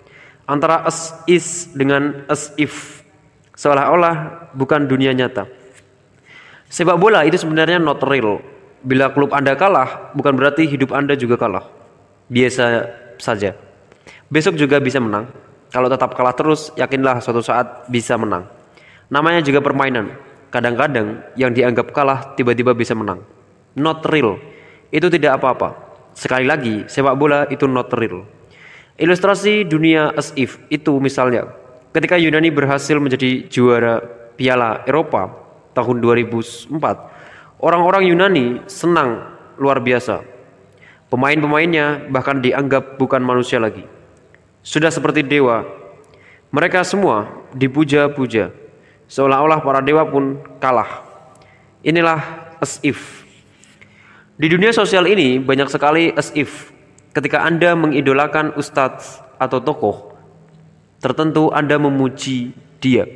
antara as is dengan as if, seolah-olah bukan dunia nyata. Sepak bola itu sebenarnya not real. Bila klub Anda kalah, bukan berarti hidup Anda juga kalah. Biasa saja. Besok juga bisa menang. Kalau tetap kalah terus, yakinlah suatu saat bisa menang. Namanya juga permainan. Kadang-kadang yang dianggap kalah tiba-tiba bisa menang. Not real. Itu tidak apa-apa. Sekali lagi, sepak bola itu not real. Ilustrasi dunia as if itu misalnya, ketika Yunani berhasil menjadi juara Piala Eropa tahun 2004, orang-orang Yunani senang luar biasa. Pemain-pemainnya bahkan dianggap bukan manusia lagi. Sudah seperti dewa. Mereka semua dipuja-puja. Seolah-olah para dewa pun kalah. Inilah as if. Di dunia sosial ini banyak sekali as if. Ketika Anda mengidolakan ustadz atau tokoh tertentu, Anda memuji dia.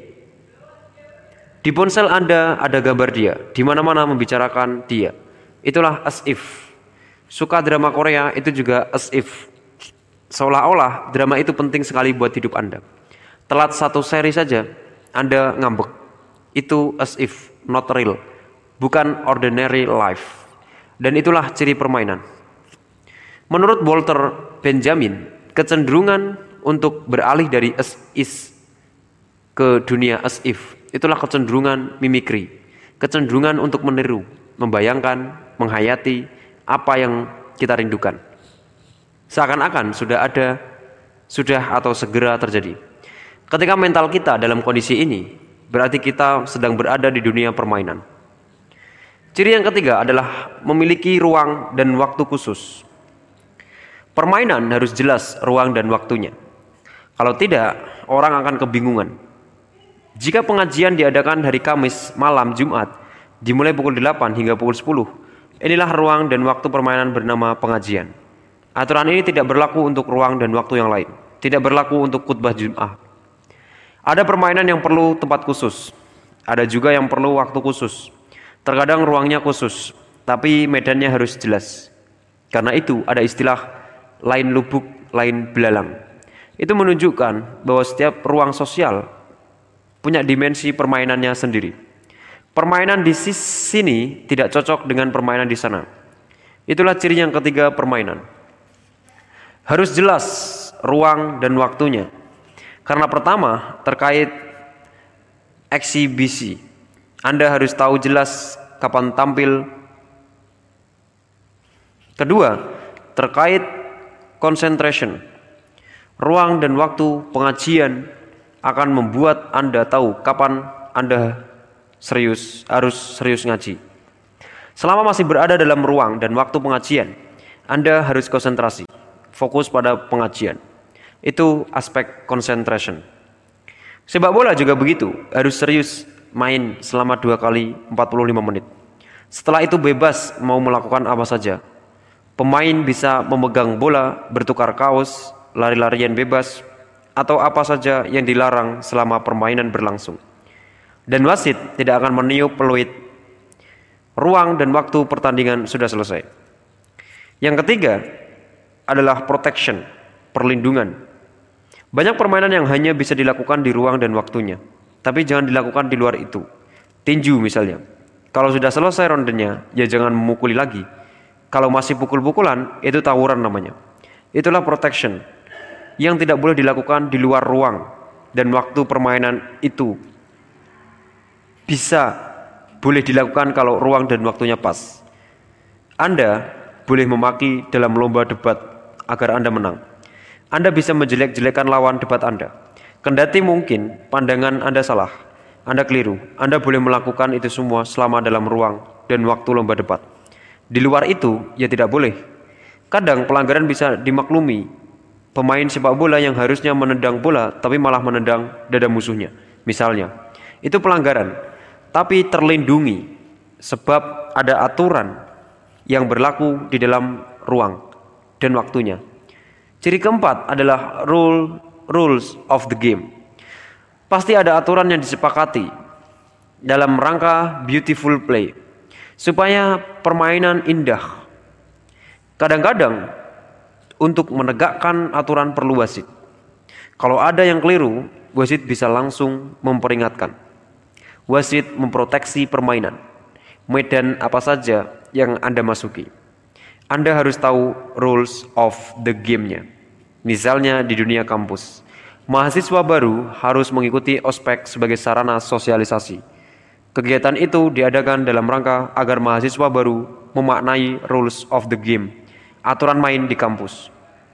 Di ponsel Anda ada gambar dia, di mana-mana membicarakan dia. Itulah as if. Suka drama Korea itu juga as if. Seolah-olah drama itu penting sekali buat hidup Anda. Telat satu seri saja, Anda ngambek. Itu as if, not real. Bukan ordinary life. Dan itulah ciri permainan. Menurut Walter Benjamin, kecenderungan untuk beralih dari as is ke dunia as if, itulah kecenderungan mimikri. Kecenderungan untuk meniru, membayangkan, menghayati apa yang kita rindukan. Seakan-akan sudah atau segera terjadi. Ketika mental kita dalam kondisi ini, berarti kita sedang berada di dunia permainan. Ciri yang ketiga adalah memiliki ruang dan waktu khusus. Permainan harus jelas ruang dan waktunya. Kalau tidak, orang akan kebingungan. Jika pengajian diadakan hari Kamis malam Jumat, dimulai pukul 8 hingga pukul 10, inilah ruang dan waktu permainan bernama pengajian. Aturan ini tidak berlaku untuk ruang dan waktu yang lain. Tidak berlaku untuk khutbah Jumat. Ada permainan yang perlu tempat khusus. Ada juga yang perlu waktu khusus. Terkadang ruangnya khusus, tapi medannya harus jelas. Karena itu ada istilah lain lubuk, lain belalang. Itu menunjukkan bahwa setiap ruang sosial punya dimensi permainannya sendiri. Permainan di sini tidak cocok dengan permainan di sana. Itulah ciri yang ketiga permainan. Harus jelas ruang dan waktunya. Karena pertama terkait eksibisi. Anda harus tahu jelas kapan tampil. Kedua, terkait concentration. Ruang dan waktu pengajian akan membuat Anda tahu kapan Anda harus serius ngaji. Selama masih berada dalam ruang dan waktu pengajian, Anda harus konsentrasi, fokus pada pengajian. Itu aspek concentration. Sepak bola juga begitu, harus serius main selama 2 kali 45 menit. Setelah itu bebas mau melakukan apa saja. Pemain bisa memegang bola, bertukar kaos, lari-larian bebas, atau apa saja yang dilarang selama permainan berlangsung. Dan wasit tidak akan meniup peluit. Ruang dan waktu pertandingan sudah selesai. Yang ketiga adalah protection, perlindungan. Banyak permainan yang hanya bisa dilakukan di ruang dan waktunya, tapi jangan dilakukan di luar itu. Tinju misalnya. Kalau sudah selesai rondenya, ya jangan memukuli lagi. Kalau masih pukul-pukulan, itu tawuran namanya. Itulah protection yang tidak boleh dilakukan di luar ruang dan waktu permainan itu. Boleh dilakukan kalau ruang dan waktunya pas. Anda boleh memaki dalam lomba debat agar Anda menang. Anda bisa menjelek-jelekan lawan debat Anda. Kendati mungkin pandangan Anda salah, Anda keliru. Anda boleh melakukan itu semua selama dalam ruang dan waktu lomba debat. Di luar itu, ya tidak boleh. Kadang pelanggaran bisa dimaklumi. Pemain sepak bola yang harusnya menendang bola, tapi malah menendang dada musuhnya. Misalnya, itu pelanggaran, tapi terlindungi. Sebab ada aturan yang berlaku di dalam ruang dan waktunya. Ciri keempat adalah rules of the game. Pasti ada aturan yang disepakati dalam rangka beautiful play, supaya permainan indah. Kadang-kadang untuk menegakkan aturan perlu wasit. Kalau ada yang keliru, wasit bisa langsung memperingatkan. Wasit memproteksi permainan, medan apa saja yang Anda masuki. Anda harus tahu rules of the game-nya. Misalnya di dunia kampus, mahasiswa baru harus mengikuti ospek sebagai sarana sosialisasi. Kegiatan itu diadakan dalam rangka agar mahasiswa baru memaknai rules of the game, aturan main di kampus.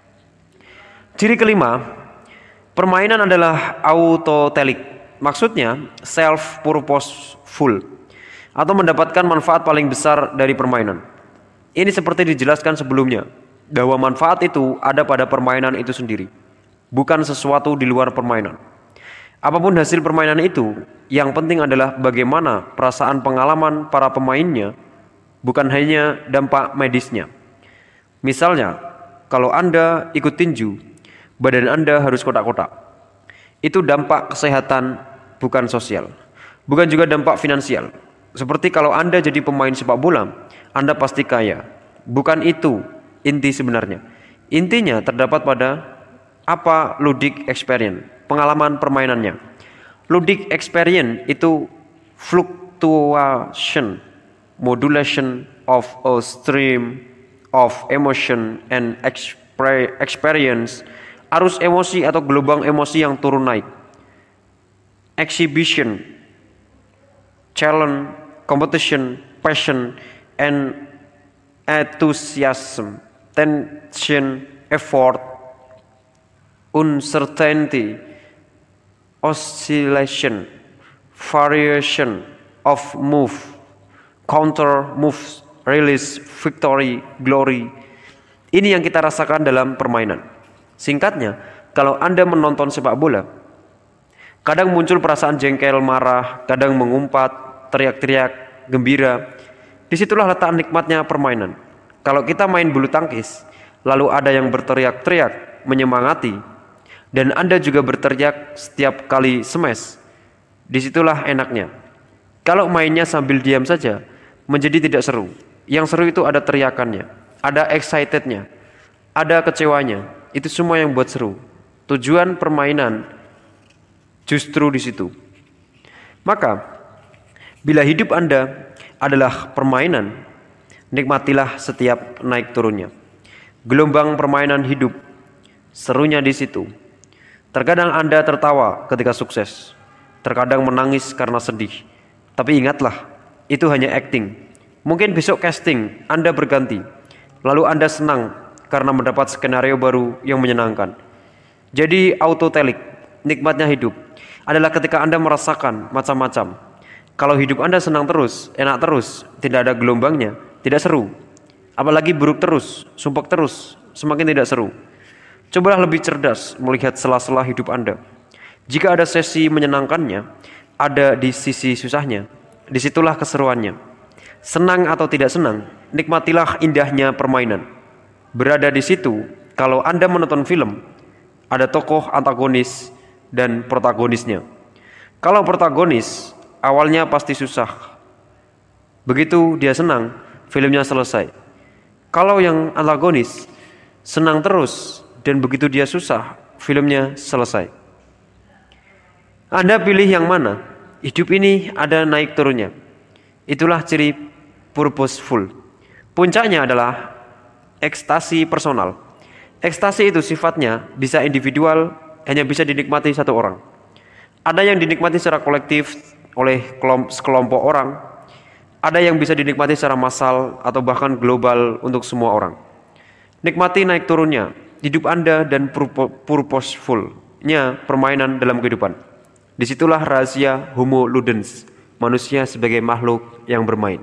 Ciri kelima, permainan adalah autotelic, maksudnya self-purposeful, atau mendapatkan manfaat paling besar dari permainan. Ini seperti dijelaskan sebelumnya, bahwa manfaat itu ada pada permainan itu sendiri, bukan sesuatu di luar permainan. Apapun hasil permainan itu, yang penting adalah bagaimana perasaan pengalaman para pemainnya, bukan hanya dampak medisnya. Misalnya, kalau Anda ikut tinju, badan Anda harus kotak-kotak. Itu dampak kesehatan, bukan sosial. Bukan juga dampak finansial. Seperti kalau Anda jadi pemain sepak bola, Anda pasti kaya. Bukan itu inti sebenarnya. Intinya terdapat pada apa ludic experience, pengalaman permainannya. Ludic experience itu fluctuation, modulation of a stream of emotion and experience, arus emosi atau gelombang emosi yang turun naik. Exhibition, challenge, competition, passion, and enthusiasm, tension, effort, uncertainty, oscillation, variation of move, counter moves, release, victory, glory. Ini yang kita rasakan dalam permainan. Singkatnya, kalau Anda menonton sepak bola, kadang muncul perasaan jengkel, marah, kadang mengumpat, teriak-teriak, gembira. Disitulah letak nikmatnya permainan. Kalau kita main bulu tangkis, lalu ada yang berteriak-teriak, menyemangati, dan Anda juga berteriak setiap kali smash, disitulah enaknya. Kalau mainnya sambil diam saja, menjadi tidak seru. Yang seru itu ada teriakannya, ada excitednya, ada kecewanya. Itu semua yang buat seru. Tujuan permainan justru di situ. Maka, bila hidup Anda adalah permainan, nikmatilah setiap naik turunnya. Gelombang permainan hidup, serunya di situ. Terkadang Anda tertawa ketika sukses, terkadang menangis karena sedih. Tapi ingatlah, itu hanya acting. Mungkin besok casting Anda berganti, lalu Anda senang karena mendapat skenario baru yang menyenangkan. Jadi autotelic, nikmatnya hidup, adalah ketika Anda merasakan macam-macam. Kalau hidup Anda senang terus, enak terus, tidak ada gelombangnya, tidak seru. Apalagi buruk terus, sumpek terus, semakin tidak seru. Cobalah lebih cerdas melihat sela-sela hidup Anda. Jika ada sesi menyenangkannya, ada di sisi susahnya, disitulah keseruannya. Senang atau tidak senang, nikmatilah indahnya permainan. Berada di situ, kalau Anda menonton film, ada tokoh antagonis dan protagonisnya. Kalau protagonis, awalnya pasti susah. Begitu dia senang, filmnya selesai. Kalau yang antagonis, senang terus, dan begitu dia susah, filmnya selesai. Anda pilih yang mana? Hidup ini ada naik turunnya. Itulah ciri purposeful. Puncaknya adalah ekstasi personal. Ekstasi itu sifatnya bisa individual, hanya bisa dinikmati satu orang. Ada yang dinikmati secara kolektif oleh sekelompok orang. Ada yang bisa dinikmati secara massal atau bahkan global untuk semua orang. Nikmati naik turunnya hidup Anda dan purposeful-nya permainan dalam kehidupan. Disitulah rahasia Homo ludens, manusia sebagai makhluk yang bermain.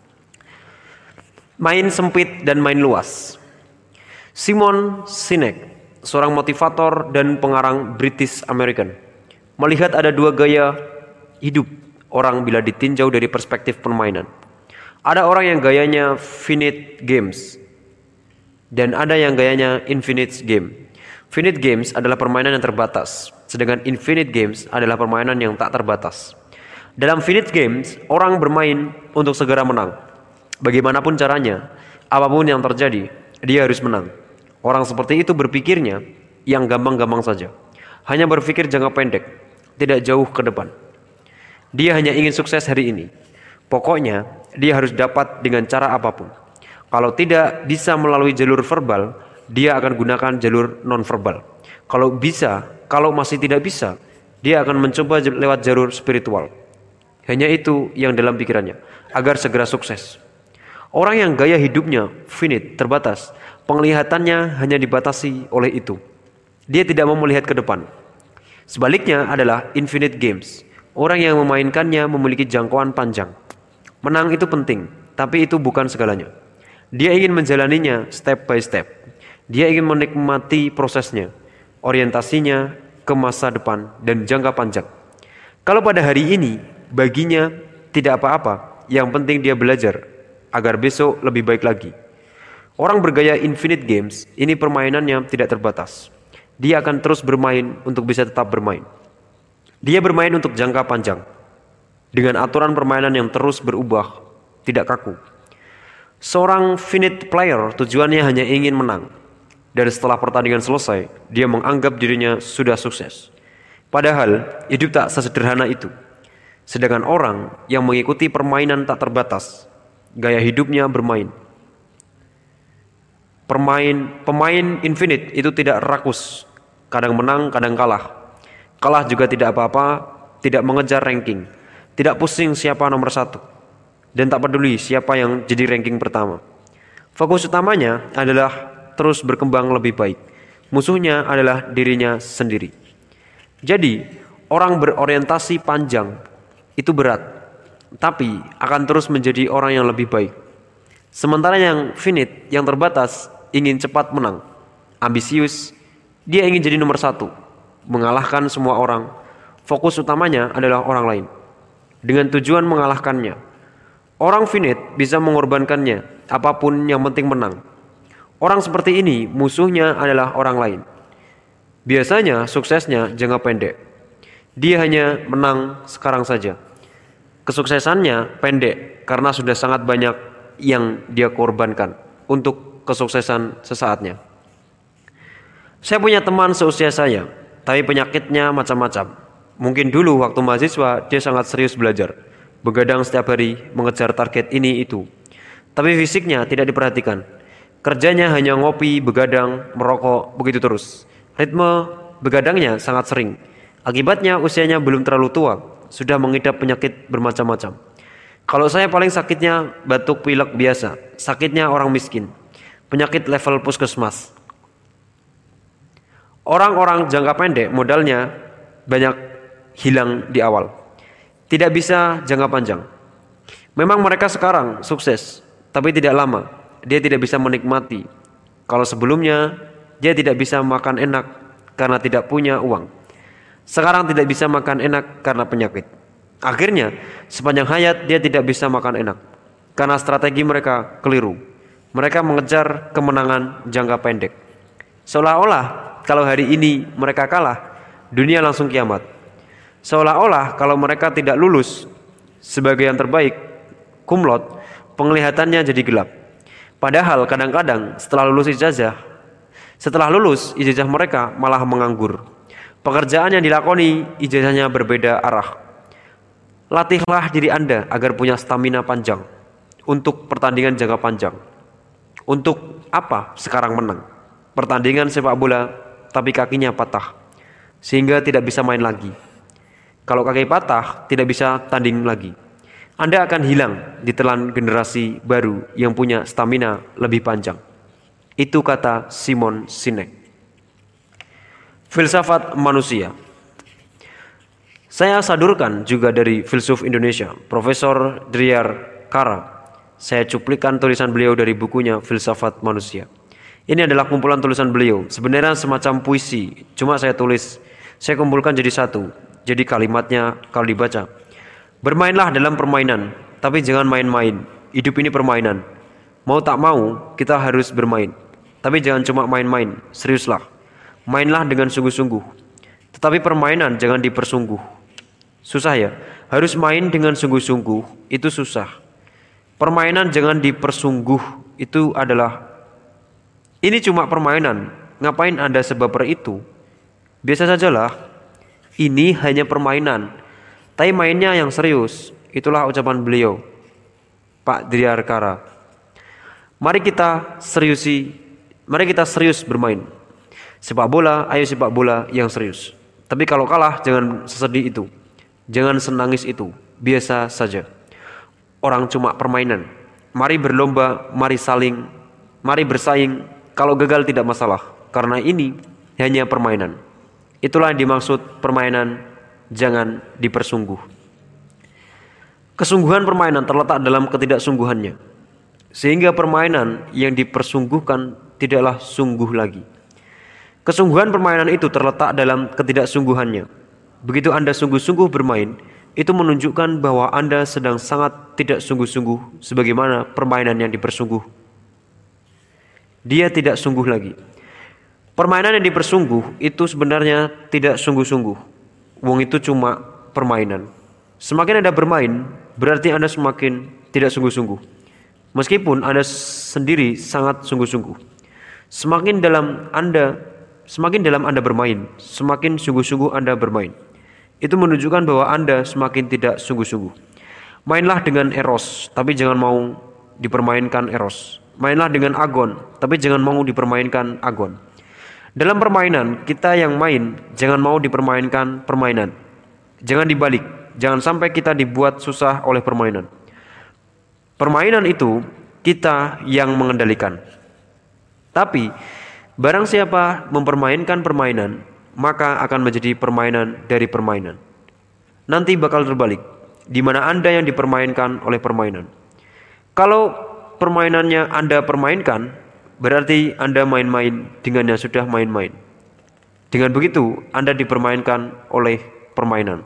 Main sempit dan main luas. Simon Sinek, seorang motivator dan pengarang British American, melihat ada dua gaya hidup orang bila ditinjau dari perspektif permainan. Ada orang yang gayanya finite games, dan ada yang gayanya infinite game. Finite games adalah permainan yang terbatas, sedangkan infinite games adalah permainan yang tak terbatas. Dalam finite games, orang bermain untuk segera menang. Bagaimanapun caranya, apapun yang terjadi, dia harus menang. Orang seperti itu berpikirnya yang gampang-gampang saja. hanya berpikir jangka pendek, tidak jauh ke depan. Dia hanya ingin sukses hari ini. Pokoknya, dia harus dapat dengan cara apapun. Kalau tidak bisa melalui jalur verbal, dia akan gunakan jalur non-verbal. Kalau masih tidak bisa, dia akan mencoba lewat jalur spiritual. Hanya itu yang dalam pikirannya, agar segera sukses. Orang yang gaya hidupnya finite, terbatas, penglihatannya hanya dibatasi oleh itu. Dia tidak mau melihat ke depan. Sebaliknya adalah infinite games. Orang yang memainkannya memiliki jangkauan panjang. Menang itu penting, tapi itu bukan segalanya. Dia ingin menjalaninya step by step. Dia ingin menikmati prosesnya, orientasinya ke masa depan dan jangka panjang. Kalau pada hari ini, baginya tidak apa-apa, yang penting dia belajar agar besok lebih baik lagi. Orang bergaya infinite games, ini permainannya tidak terbatas. Dia akan terus bermain untuk bisa tetap bermain. Dia bermain untuk jangka panjang, dengan aturan permainan yang terus berubah, tidak kaku. Seorang finite player tujuannya hanya ingin menang. Dan setelah pertandingan selesai, dia menganggap dirinya sudah sukses. Padahal, hidup tak sesederhana itu. Sedangkan orang yang mengikuti permainan tak terbatas, gaya hidupnya bermain. Pemain infinite itu tidak rakus, kadang menang, kadang kalah. Kalah juga tidak apa-apa, tidak mengejar ranking, tidak pusing siapa nomor 1, dan tak peduli siapa yang jadi ranking pertama. Fokus utamanya adalah terus berkembang lebih baik. Musuhnya adalah dirinya sendiri. Jadi, orang berorientasi panjang itu berat, tapi akan terus menjadi orang yang lebih baik. Sementara yang finite, yang terbatas, ingin cepat menang, ambisius, dia ingin jadi nomor 1, mengalahkan semua orang. Fokus utamanya adalah orang lain, dengan tujuan mengalahkannya. Orang finite bisa mengorbankannya, apapun yang penting menang. Orang seperti ini musuhnya adalah orang lain. Biasanya suksesnya jangka pendek. Dia hanya menang sekarang saja. Kesuksesannya pendek karena sudah sangat banyak yang dia korbankan untuk kesuksesan sesaatnya. Saya punya teman seusia saya, tapi penyakitnya macam-macam. Mungkin dulu waktu mahasiswa dia sangat serius belajar, begadang setiap hari mengejar target ini itu. Tapi fisiknya tidak diperhatikan. Kerjanya hanya ngopi, begadang, merokok, begitu terus. Ritme begadangnya sangat sering. Akibatnya usianya belum terlalu tua, sudah mengidap penyakit bermacam-macam. Kalau saya paling sakitnya batuk pilek biasa, sakitnya orang miskin, penyakit level puskesmas. Orang-orang jangka pendek modalnya banyak hilang di awal. Tidak bisa jangka panjang. Memang mereka sekarang sukses, tapi tidak lama. Dia tidak bisa menikmati. Kalau sebelumnya dia tidak bisa makan enak karena tidak punya uang. Sekarang tidak bisa makan enak karena penyakit. Akhirnya sepanjang hayat dia tidak bisa makan enak karena strategi mereka keliru. Mereka mengejar kemenangan jangka pendek. Seolah-olah kalau hari ini mereka kalah, dunia langsung kiamat. Seolah-olah kalau mereka tidak lulus sebagai yang terbaik, cum laude, penglihatannya jadi gelap. Padahal kadang-kadang setelah lulus ijazah mereka malah menganggur. Pekerjaan yang dilakoni ijazahnya berbeda arah. Latihlah diri Anda agar punya stamina panjang untuk pertandingan jangka panjang. Untuk apa sekarang menang? Pertandingan sepak bola tapi kakinya patah sehingga tidak bisa main lagi. Kalau kaki patah tidak bisa tanding lagi. Anda akan hilang ditelan generasi baru yang punya stamina lebih panjang. Itu kata Simon Sinek. Filsafat manusia. Saya sadurkan juga dari filsuf Indonesia, Profesor Dryar Kara. Saya cuplikan tulisan beliau dari bukunya Filsafat Manusia. Ini adalah kumpulan tulisan beliau, sebenarnya semacam puisi, cuma saya kumpulkan jadi satu. Jadi kalimatnya kalau dibaca, bermainlah dalam permainan, tapi jangan main-main. Hidup ini permainan. Mau tak mau, kita harus bermain. Tapi jangan cuma main-main, seriuslah. Mainlah dengan sungguh-sungguh. Tetapi permainan jangan dipersungguh. Susah ya? Harus main dengan sungguh-sungguh, itu susah. Permainan jangan dipersungguh, itu adalah, ini cuma permainan. Ngapain Anda sebaper itu? Biasa sajalah, ini hanya permainan. Tapi mainnya yang serius. Itulah ucapan beliau, Pak Driarkara. Mari kita serius bermain. Sepak bola, ayo sepak bola yang serius. Tapi kalau kalah, jangan sesedih itu. Jangan senangis itu. Biasa saja. Orang cuma permainan. Mari berlomba, mari bersaing. Kalau gagal tidak masalah, karena ini hanya permainan. Itulah yang dimaksud permainan, jangan dipersungguh. Kesungguhan permainan terletak dalam ketidaksungguhannya. Sehingga permainan yang dipersungguhkan tidaklah sungguh lagi. Kesungguhan permainan itu terletak dalam ketidaksungguhannya. Begitu Anda sungguh-sungguh bermain, itu menunjukkan bahwa Anda sedang sangat tidak sungguh-sungguh sebagaimana permainan yang dipersungguh. Dia tidak sungguh lagi. Permainan yang dipersungguh itu sebenarnya tidak sungguh-sungguh. Wong itu cuma permainan. Semakin Anda bermain, berarti Anda semakin tidak sungguh-sungguh. Meskipun Anda sendiri sangat sungguh-sungguh. Semakin dalam Anda bermain, semakin sungguh-sungguh Anda bermain. Itu menunjukkan bahwa Anda semakin tidak sungguh-sungguh. Mainlah dengan eros, tapi jangan mau dipermainkan eros. Mainlah dengan agon, tapi jangan mau dipermainkan agon. Dalam permainan, kita yang main, jangan mau dipermainkan permainan. Jangan dibalik, jangan sampai kita dibuat susah oleh permainan. Permainan itu kita yang mengendalikan. Tapi, barang siapa mempermainkan permainan, maka akan menjadi permainan dari permainan. Nanti bakal terbalik, di mana Anda yang dipermainkan oleh permainan. Kalau permainannya Anda permainkan, berarti Anda main-main dengan yang sudah main-main. Dengan begitu, Anda dipermainkan oleh permainan.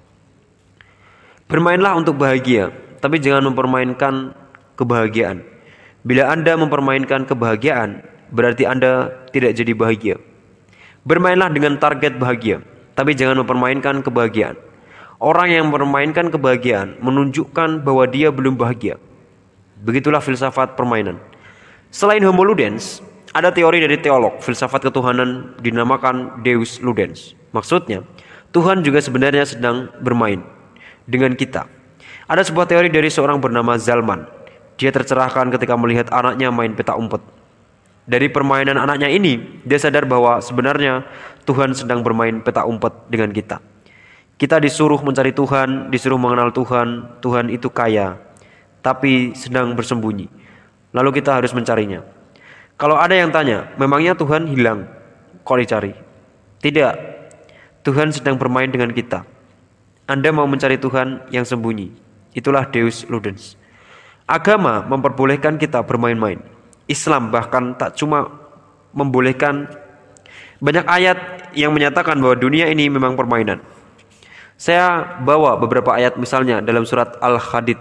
Bermainlah untuk bahagia, tapi jangan mempermainkan kebahagiaan. Bila Anda mempermainkan kebahagiaan, berarti Anda tidak jadi bahagia. Bermainlah dengan target bahagia, tapi jangan mempermainkan kebahagiaan. Orang yang mempermainkan kebahagiaan menunjukkan bahwa dia belum bahagia. Begitulah filsafat permainan. Selain Homo Ludens, ada teori dari teolog filsafat ketuhanan dinamakan Deus Ludens. Maksudnya, Tuhan juga sebenarnya sedang bermain dengan kita. Ada sebuah teori dari seorang bernama Zalman. Dia tercerahkan ketika melihat anaknya main petak umpet. Dari permainan anaknya ini, dia sadar bahwa sebenarnya Tuhan sedang bermain petak umpet dengan kita. Kita disuruh mencari Tuhan, disuruh mengenal Tuhan. Tuhan itu kaya, tapi sedang bersembunyi. Lalu kita harus mencarinya. Kalau ada yang tanya, memangnya Tuhan hilang? Kok dicari? Tidak, Tuhan sedang bermain dengan kita. Anda mau mencari Tuhan yang sembunyi. Itulah Deus Ludens. Agama memperbolehkan kita bermain-main. Islam bahkan tak cuma membolehkan, banyak ayat yang menyatakan bahwa dunia ini memang permainan. Saya bawa beberapa ayat, misalnya dalam surat Al-Hadid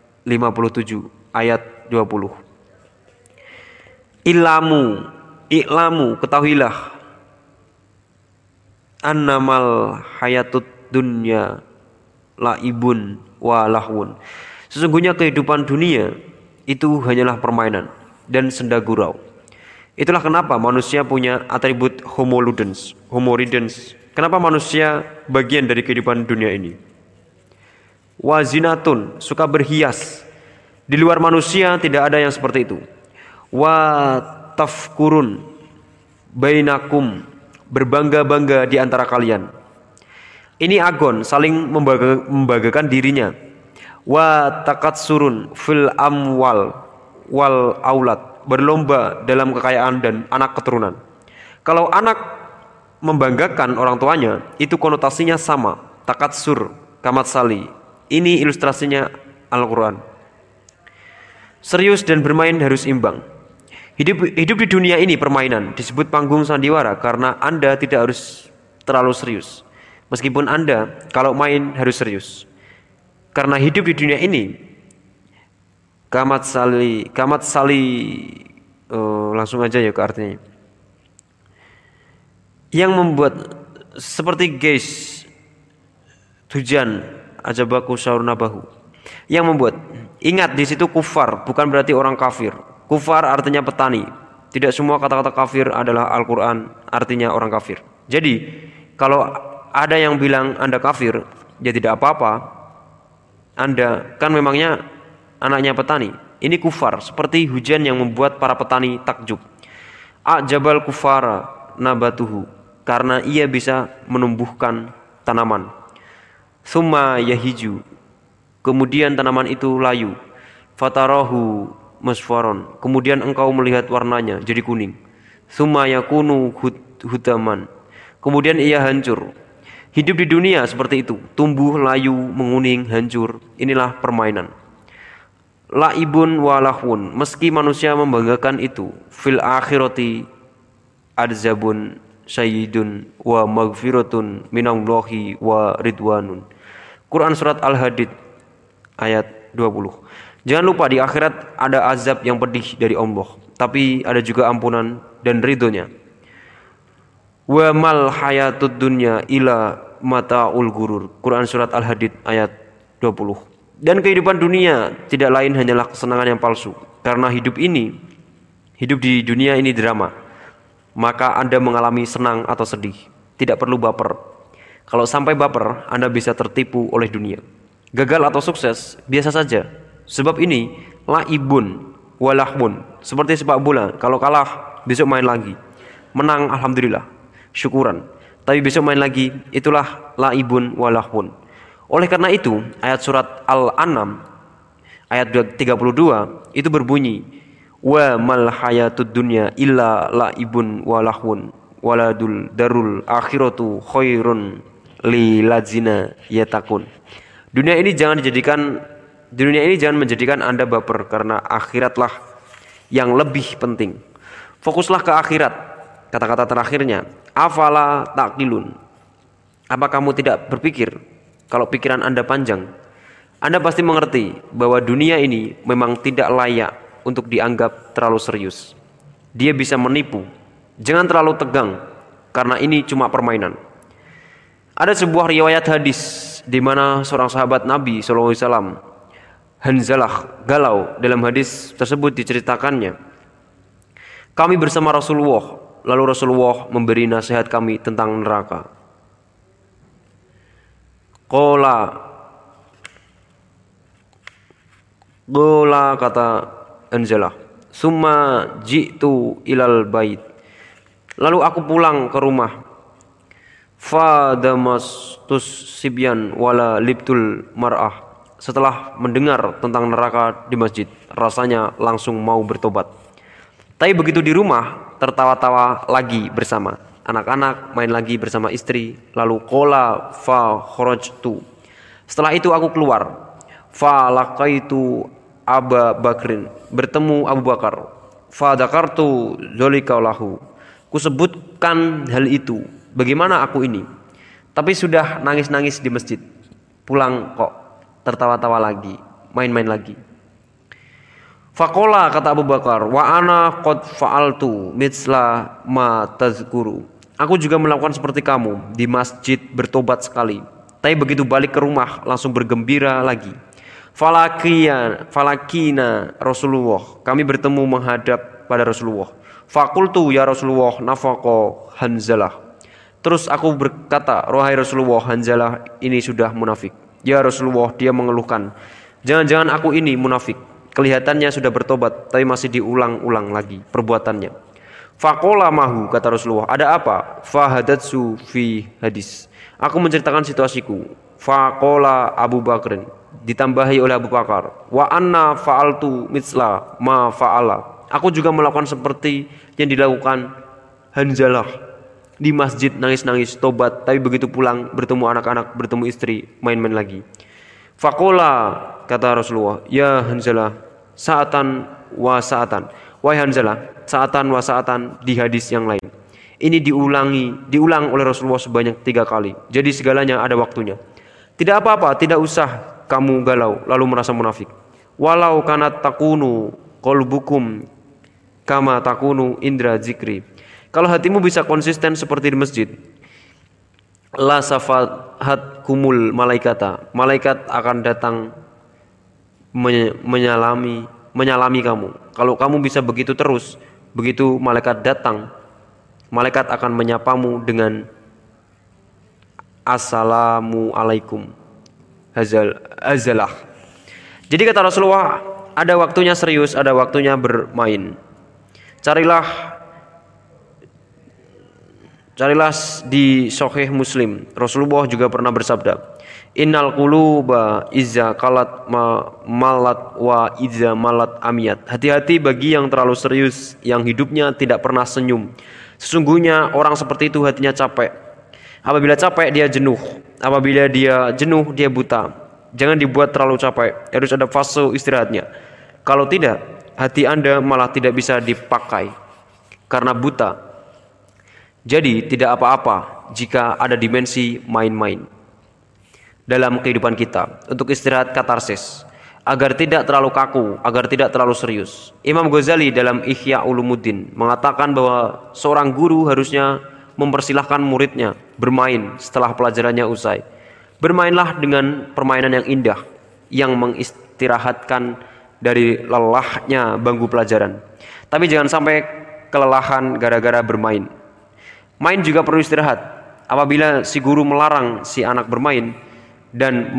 57 ayat 20. I'lamu, ketahuilah, annamal hayatut dunya laibun wa lahwun. Sesungguhnya kehidupan dunia itu hanyalah permainan dan senda gurau. Itulah kenapa manusia punya atribut homo ludens. Kenapa manusia bagian dari kehidupan dunia ini? Wazinatun, suka berhias. Di luar manusia tidak ada yang seperti itu. Wa tafkurun bainakum, berbangga-bangga di antara kalian. Ini agon, saling membanggakan dirinya. Wa takatsurun fil amwal wal aulad, berlomba dalam kekayaan dan anak keturunan. Kalau anak membanggakan orang tuanya, itu konotasinya sama, takatsur, kamatsali. Ini ilustrasinya Al-Quran. Serius dan bermain harus imbang. Hidup di dunia ini permainan, disebut panggung sandiwara karena Anda tidak harus terlalu serius. Meskipun Anda kalau main harus serius. Karena hidup di dunia ini kamat sali, langsung aja ya ke artinya. Yang membuat seperti guys hujan ajabaku saurnabahu. Yang membuat, ingat di situ kufar bukan berarti orang kafir. Kufar artinya petani. Tidak semua kata-kata kafir adalah Al-Quran artinya orang kafir. Jadi Kalau ada yang bilang Anda kafir, ya tidak apa-apa. Anda kan memangnya anaknya petani. Ini kufar, seperti hujan yang membuat para petani takjub. A'jabal kufara nabatuhu, karena ia bisa menumbuhkan tanaman. Summa yahiju, kemudian tanaman itu layu. Fatarahu musfaron, kemudian engkau melihat warnanya jadi kuning. Summa yakunu hutaman, kemudian ia hancur. Hidup di dunia seperti itu, tumbuh, layu, menguning, hancur. Inilah permainan. Laibun walahun, meski manusia membanggakan itu, fil akhirati adzabun sayyidun wa maghfiratun minallahi wa ridwanun. Quran surat Al-Hadid ayat 20. Jangan lupa di akhirat ada azab yang pedih dari Allah, tapi ada juga ampunan dan ridhonya. Wa mal hayatud dunya ila mataul gurur. Quran surat Al-Hadid ayat 20. Dan kehidupan dunia tidak lain hanyalah kesenangan yang palsu. Karena hidup di dunia ini drama. Maka Anda mengalami senang atau sedih. Tidak perlu baper. Kalau sampai baper, Anda bisa tertipu oleh dunia. Gagal atau sukses, biasa saja. Sebab ini laibun walahmun. Seperti sepak bola, kalau kalah, besok main lagi. Menang, alhamdulillah, syukuran. Tapi besok main lagi, itulah laibun walahmun. Oleh karena itu, ayat surat Al-An'am ayat 32 itu berbunyi, wa mal hayatud dunya illa laibun walahun waladul darul akhiratu khairun liladzina yatakun. Dunia ini jangan menjadikan Anda baper, karena akhiratlah yang lebih penting. Fokuslah ke akhirat. Kata-kata terakhirnya, afala taqilun. Apa kamu tidak berpikir? Kalau pikiran Anda panjang, Anda pasti mengerti bahwa dunia ini memang tidak layak untuk dianggap terlalu serius. Dia bisa menipu. Jangan terlalu tegang, karena ini cuma permainan. Ada sebuah riwayat hadis di mana seorang sahabat Nabi SAW, Hanzalah, galau. Dalam hadis tersebut diceritakannya, kami bersama Rasulullah, lalu Rasulullah memberi nasihat kami tentang neraka. Qala kata Hanzalah, summa ji'tu ilal bait. Lalu aku pulang ke rumah. Fadamastus sibyan wala libtul mar'ah. Setelah mendengar tentang neraka di masjid, rasanya langsung mau bertobat. Tapi begitu di rumah, tertawa-tawa lagi bersama anak-anak, main lagi bersama istri. Lalu qala fa kharajtu. Setelah itu aku keluar. Fa laqaitu Aba Bakrin, bertemu Abu Bakar. Fa dzakartu dzalika lahu. Kusebutkan hal itu. Bagaimana aku ini? Tapi sudah nangis-nangis di masjid. Pulang kok tertawa-tawa lagi, main-main lagi. Faqala, kata Abu Bakar, wa ana qad fa'altu mitsla ma tazkuru. Aku juga melakukan seperti kamu, di masjid bertobat sekali, tapi begitu balik ke rumah langsung bergembira lagi. Falakina Rasulullah, kami bertemu menghadap pada Rasulullah. Fakultu ya Rasulullah nafaqo Hanzalah. Terus aku berkata, wahai Rasulullah, Hanzalah ini sudah munafik. Ya Rasulullah, dia mengeluhkan, jangan-jangan aku ini munafik. Kelihatannya sudah bertobat, tapi masih diulang-ulang lagi perbuatannya. Faqala mahu, kata Rasulullah, ada apa? Fahadatsu fi hadis. Aku menceritakan situasiku. Faqala Abu Bakrin, ditambahi oleh Abu Bakar, wa anna fa'altu mitsla ma fa'ala. Aku juga melakukan seperti yang dilakukan Hanzalah di masjid, nangis-nangis, tobat, tapi begitu pulang bertemu anak-anak, bertemu istri, main-main lagi. Faqala, kata Rasulullah, ya Hanzalah, sa'atan wa sa'atan. Wahai Hanzalah, sa'atan wa sa'atan di hadis yang lain. Ini diulang oleh Rasulullah sebanyak 3 kali. Jadi segalanya ada waktunya. Tidak apa-apa, tidak usah kamu galau lalu merasa munafik. Walau kanat takunu qalbukum kama takunu indra zikri. Kalau hatimu bisa konsisten seperti di masjid, la safahat kumul malaikata. Malaikat akan datang menyalami kamu. Kalau kamu bisa begitu terus, begitu malaikat datang, malaikat akan menyapamu dengan assalamu alaikum. Hazalah. Jadi kata Rasulullah, ada waktunya serius, ada waktunya bermain. Carilah di Sahih Muslim. Rasulullah juga pernah bersabda, innal quluba izza qalat malat wa izza malat amiyat. Hati-hati bagi yang terlalu serius, yang hidupnya tidak pernah senyum. Sesungguhnya orang seperti itu hatinya capek. Apabila capek dia jenuh. Apabila dia jenuh dia buta. Jangan dibuat terlalu capek. Harus ada fase istirahatnya. Kalau tidak, hati Anda malah tidak bisa dipakai karena buta. Jadi tidak apa-apa jika ada dimensi main-main dalam kehidupan kita untuk istirahat katarsis, agar tidak terlalu kaku, agar tidak terlalu serius. Imam Ghazali dalam Ihya Ulumuddin mengatakan bahwa seorang guru harusnya mempersilahkan muridnya bermain setelah pelajarannya usai. Bermainlah dengan permainan yang indah, yang mengistirahatkan dari lelahnya bangku pelajaran. Tapi jangan sampai kelelahan gara-gara bermain. Main juga perlu istirahat. Apabila si guru melarang si anak bermain dan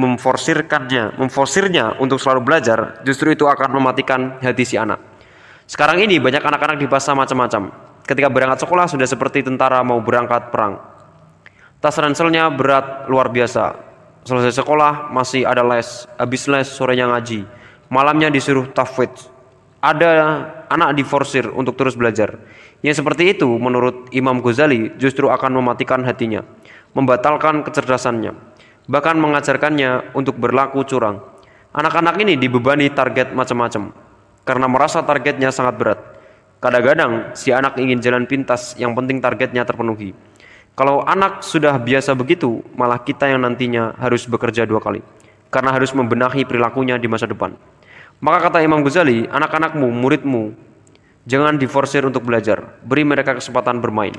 memforsirnya untuk selalu belajar, justru itu akan mematikan hati si anak. Sekarang ini banyak anak-anak dipaksa macam-macam. Ketika berangkat sekolah sudah seperti tentara mau berangkat perang. Tas ranselnya berat luar biasa. Selesai sekolah masih ada les, habis les sorenya ngaji, malamnya disuruh tahfidz. Ada anak diforsir untuk terus belajar. Yang seperti itu menurut Imam Ghazali justru akan mematikan hatinya, membatalkan kecerdasannya, bahkan mengajarkannya untuk berlaku curang. Anak-anak ini dibebani target macam-macam karena merasa targetnya sangat berat. Kadang-kadang si anak ingin jalan pintas, yang penting targetnya terpenuhi. Kalau anak sudah biasa begitu, malah kita yang nantinya harus bekerja 2 kali karena harus membenahi perilakunya di masa depan. Maka kata Imam Ghazali, anak-anakmu, muridmu, jangan diforsir untuk belajar, beri mereka kesempatan bermain.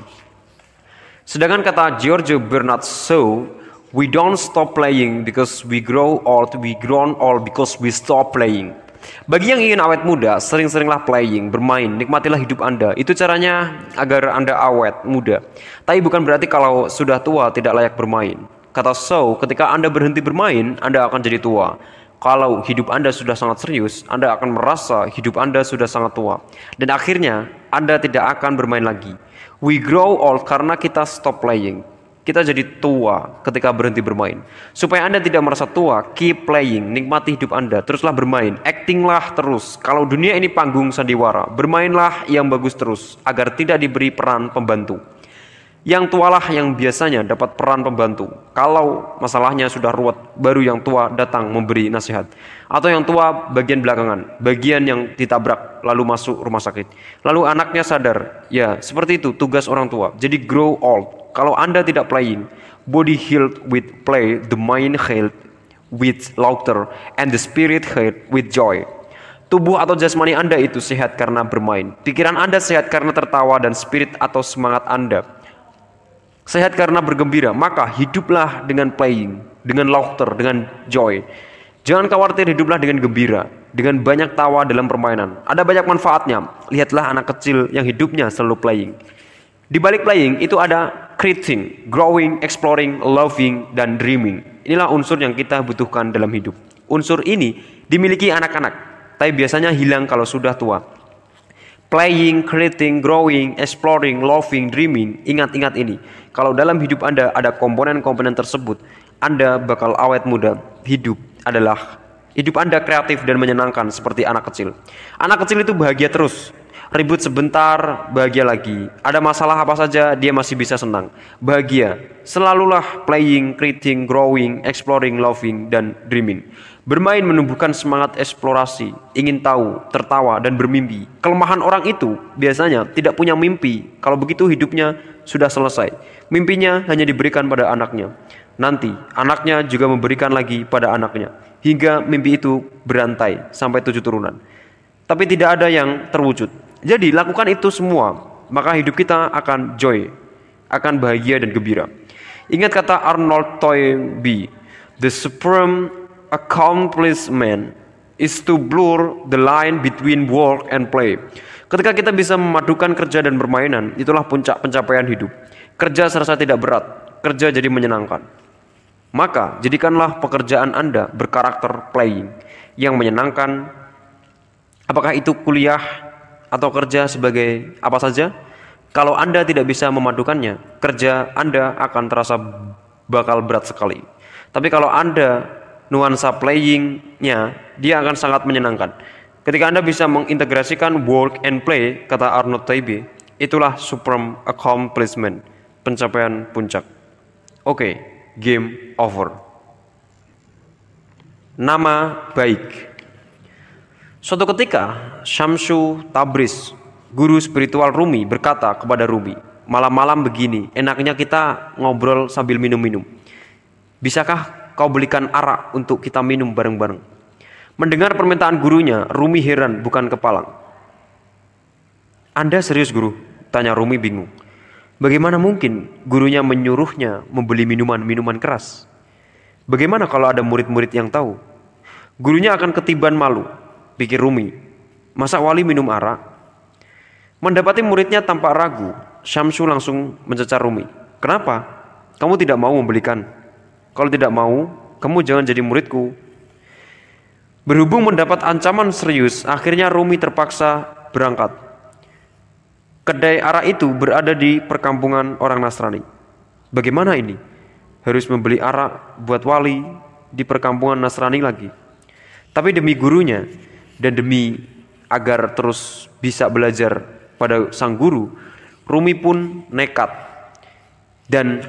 Sedangkan kata George Bernard Shaw, we don't stop playing because we grow old, we grown old because we stop playing. Bagi yang ingin awet muda, sering-seringlah playing, bermain, nikmatilah hidup Anda. Itu caranya agar Anda awet muda. Tapi bukan berarti kalau sudah tua tidak layak bermain. Kata Shaw, ketika Anda berhenti bermain, Anda akan jadi tua. Kalau hidup Anda sudah sangat serius, Anda akan merasa hidup Anda sudah sangat tua. Dan akhirnya, Anda tidak akan bermain lagi. We grow old karena kita stop playing. Kita jadi tua ketika berhenti bermain. Supaya Anda tidak merasa tua, keep playing, nikmati hidup Anda, teruslah bermain, actinglah terus. Kalau dunia ini panggung sandiwara, bermainlah yang bagus terus, agar tidak diberi peran pembantu. Yang tualah yang biasanya dapat peran pembantu. Kalau masalahnya sudah ruwet, baru yang tua datang memberi nasihat. Atau yang tua bagian belakangan, bagian yang ditabrak lalu masuk rumah sakit. Lalu anaknya sadar, ya seperti itu tugas orang tua. Jadi grow old. Kalau Anda tidak playing, body healed with play, the mind healed with laughter, and the spirit healed with joy. Tubuh atau jasmani Anda itu sehat karena bermain. Pikiran Anda sehat karena tertawa, dan spirit atau semangat Anda sehat karena bergembira. Maka hiduplah dengan playing, dengan laughter, dengan joy. Jangan khawatir, hiduplah dengan gembira, dengan banyak tawa dalam permainan. Ada banyak manfaatnya. Lihatlah anak kecil yang hidupnya selalu playing. Di balik playing itu ada creating, growing, exploring, loving, dan dreaming. Inilah unsur yang kita butuhkan dalam hidup. Unsur ini dimiliki anak-anak, tapi biasanya hilang kalau sudah tua. Playing, creating, growing, exploring, loving, dreaming. Ingat-ingat ini. Kalau dalam hidup Anda ada komponen-komponen tersebut, Anda bakal awet muda. Hidup Anda kreatif dan menyenangkan seperti anak kecil. Anak kecil itu bahagia terus. Ribut sebentar, bahagia lagi. Ada masalah apa saja, dia masih bisa senang. Bahagia. Selalulah playing, creating, growing, exploring, loving, dan dreaming. Bermain menumbuhkan semangat eksplorasi, ingin tahu, tertawa, dan bermimpi. Kelemahan orang itu biasanya tidak punya mimpi. Kalau begitu hidupnya sudah selesai. Mimpinya hanya diberikan pada anaknya. Nanti anaknya juga memberikan lagi pada anaknya. Hingga mimpi itu berantai sampai 7 turunan. Tapi tidak ada yang terwujud. Jadi lakukan itu semua, maka hidup kita akan joy, akan bahagia dan gembira. Ingat kata Arnold Toynbee, the supreme accomplishment is to blur the line between work and play. Ketika kita bisa memadukan kerja dan permainan, itulah puncak pencapaian hidup. Kerja serasa tidak berat, kerja jadi menyenangkan. Maka jadikanlah pekerjaan Anda berkarakter playing yang menyenangkan. Apakah itu kuliah atau kerja sebagai apa saja? Kalau Anda tidak bisa memadukannya, kerja Anda akan terasa bakal berat sekali. Tapi kalau Anda nuansa playing-nya, dia akan sangat menyenangkan. Ketika Anda bisa mengintegrasikan work and play, kata Arnold Taibe, itulah supreme accomplishment, pencapaian puncak. Oke, game over. Nama baik. Suatu ketika, Syamsu Tabriz, guru spiritual Rumi, berkata kepada Rumi, malam-malam begini, enaknya kita ngobrol sambil minum-minum. Bisakah kau belikan arak untuk kita minum bareng-bareng? Mendengar permintaan gurunya, Rumi heran bukan kepalang. Anda serius guru? Tanya Rumi bingung. Bagaimana mungkin gurunya menyuruhnya membeli minuman-minuman keras? Bagaimana kalau ada murid-murid yang tahu? Gurunya akan ketiban malu, pikir Rumi. Masa wali minum arak? Mendapati muridnya tampak ragu, Syamsu langsung mencecar Rumi. Kenapa? Kamu tidak mau membelikan? Kalau tidak mau, kamu jangan jadi muridku. Berhubung mendapat ancaman serius, akhirnya Rumi terpaksa berangkat. Kedai arak itu berada di perkampungan orang Nasrani. Bagaimana ini? Harus membeli arak buat wali di perkampungan Nasrani lagi. Tapi demi gurunya dan demi agar terus bisa belajar pada sang guru, Rumi pun nekat. Dan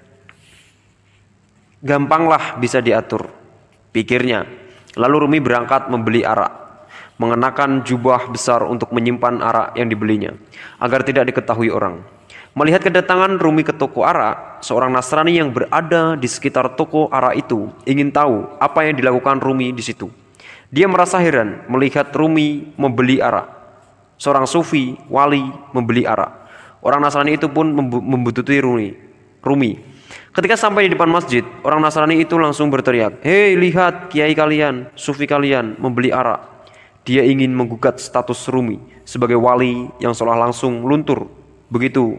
gampanglah bisa diatur, pikirnya. Lalu Rumi berangkat membeli arak, mengenakan jubah besar untuk menyimpan arak yang dibelinya, agar tidak diketahui orang. Melihat kedatangan Rumi ke toko arak, seorang Nasrani yang berada di sekitar toko arak itu ingin tahu apa yang dilakukan Rumi di situ. Dia merasa heran melihat Rumi membeli arak. Seorang sufi, wali, membeli arak. Orang Nasrani itu pun membutuhkan Rumi. Ketika sampai di depan masjid, orang Nasrani itu langsung berteriak, "Hei, lihat kiai kalian, sufi kalian membeli arak." Dia ingin menggugat status Rumi sebagai wali yang seolah langsung luntur begitu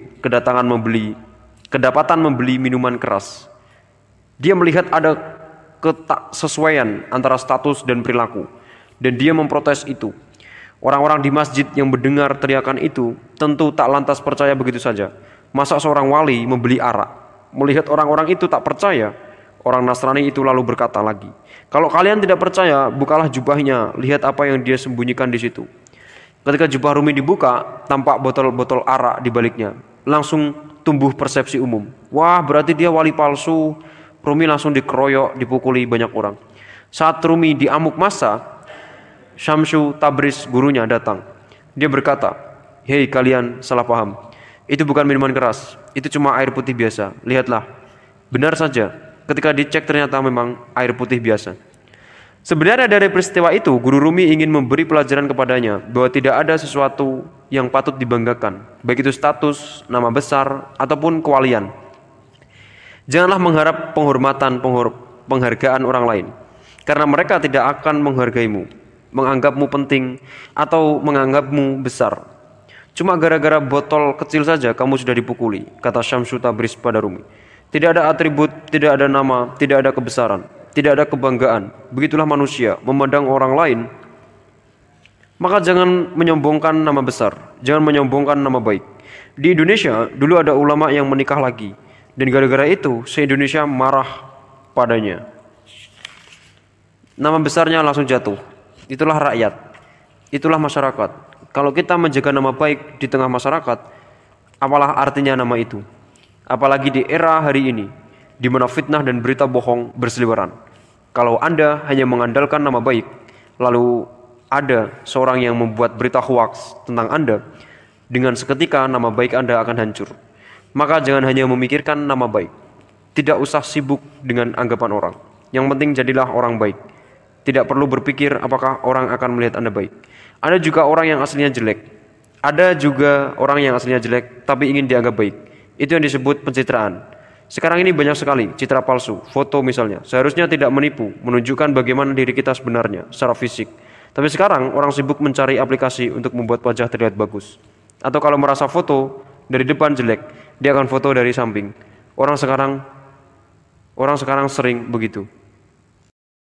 kedapatan membeli minuman keras. Dia melihat ada ketaksesuaian antara status dan perilaku, dan dia memprotes itu. Orang-orang di masjid yang mendengar teriakan itu tentu tak lantas percaya begitu saja. Masa seorang wali membeli arak? Melihat orang-orang itu tak percaya, orang Nasrani itu lalu berkata lagi, "Kalau kalian tidak percaya, bukalah jubahnya, lihat apa yang dia sembunyikan di situ." Ketika jubah Rumi dibuka, tampak botol-botol arak di baliknya. Langsung tumbuh persepsi umum. Wah, berarti dia wali palsu. Rumi langsung dikeroyok, dipukuli banyak orang. Saat Rumi diamuk massa, Syamsu Tabriz gurunya datang. Dia berkata, "Hei kalian, salah paham. Itu bukan minuman keras, itu cuma air putih biasa. Lihatlah." Benar saja, ketika dicek ternyata memang air putih biasa. Sebenarnya dari peristiwa itu, guru Rumi ingin memberi pelajaran kepadanya bahwa tidak ada sesuatu yang patut dibanggakan, baik itu status, nama besar, ataupun kewalian. Janganlah mengharap penghargaan orang lain, karena mereka tidak akan menghargaimu, menganggapmu penting, atau menganggapmu besar. Cuma gara-gara botol kecil saja kamu sudah dipukuli, kata Syamsu Tabriz pada Rumi. Tidak ada atribut, tidak ada nama, tidak ada kebesaran, tidak ada kebanggaan. Begitulah manusia memandang orang lain. Maka jangan menyombongkan nama besar, jangan menyombongkan nama baik. Di Indonesia dulu ada ulama yang menikah lagi, dan gara-gara itu se-Indonesia marah padanya. Nama besarnya langsung jatuh. Itulah rakyat, itulah masyarakat. Kalau kita menjaga nama baik di tengah masyarakat, apalah artinya nama itu? Apalagi di era hari ini, di mana fitnah dan berita bohong berseliweran. Kalau Anda hanya mengandalkan nama baik, lalu ada seorang yang membuat berita hoaks tentang Anda, dengan seketika nama baik Anda akan hancur. Maka jangan hanya memikirkan nama baik. Tidak usah sibuk dengan anggapan orang. Yang penting jadilah orang baik. Tidak perlu berpikir apakah orang akan melihat Anda baik. Ada juga orang yang aslinya jelek. Ada juga orang yang aslinya jelek tapi ingin dianggap baik. Itu yang disebut pencitraan. Sekarang ini banyak sekali citra palsu, foto misalnya. Seharusnya tidak menipu, menunjukkan bagaimana diri kita sebenarnya secara fisik. Tapi sekarang orang sibuk mencari aplikasi untuk membuat wajah terlihat bagus. Atau kalau merasa foto dari depan jelek, dia akan foto dari samping. Orang sekarang Orang sekarang sering begitu.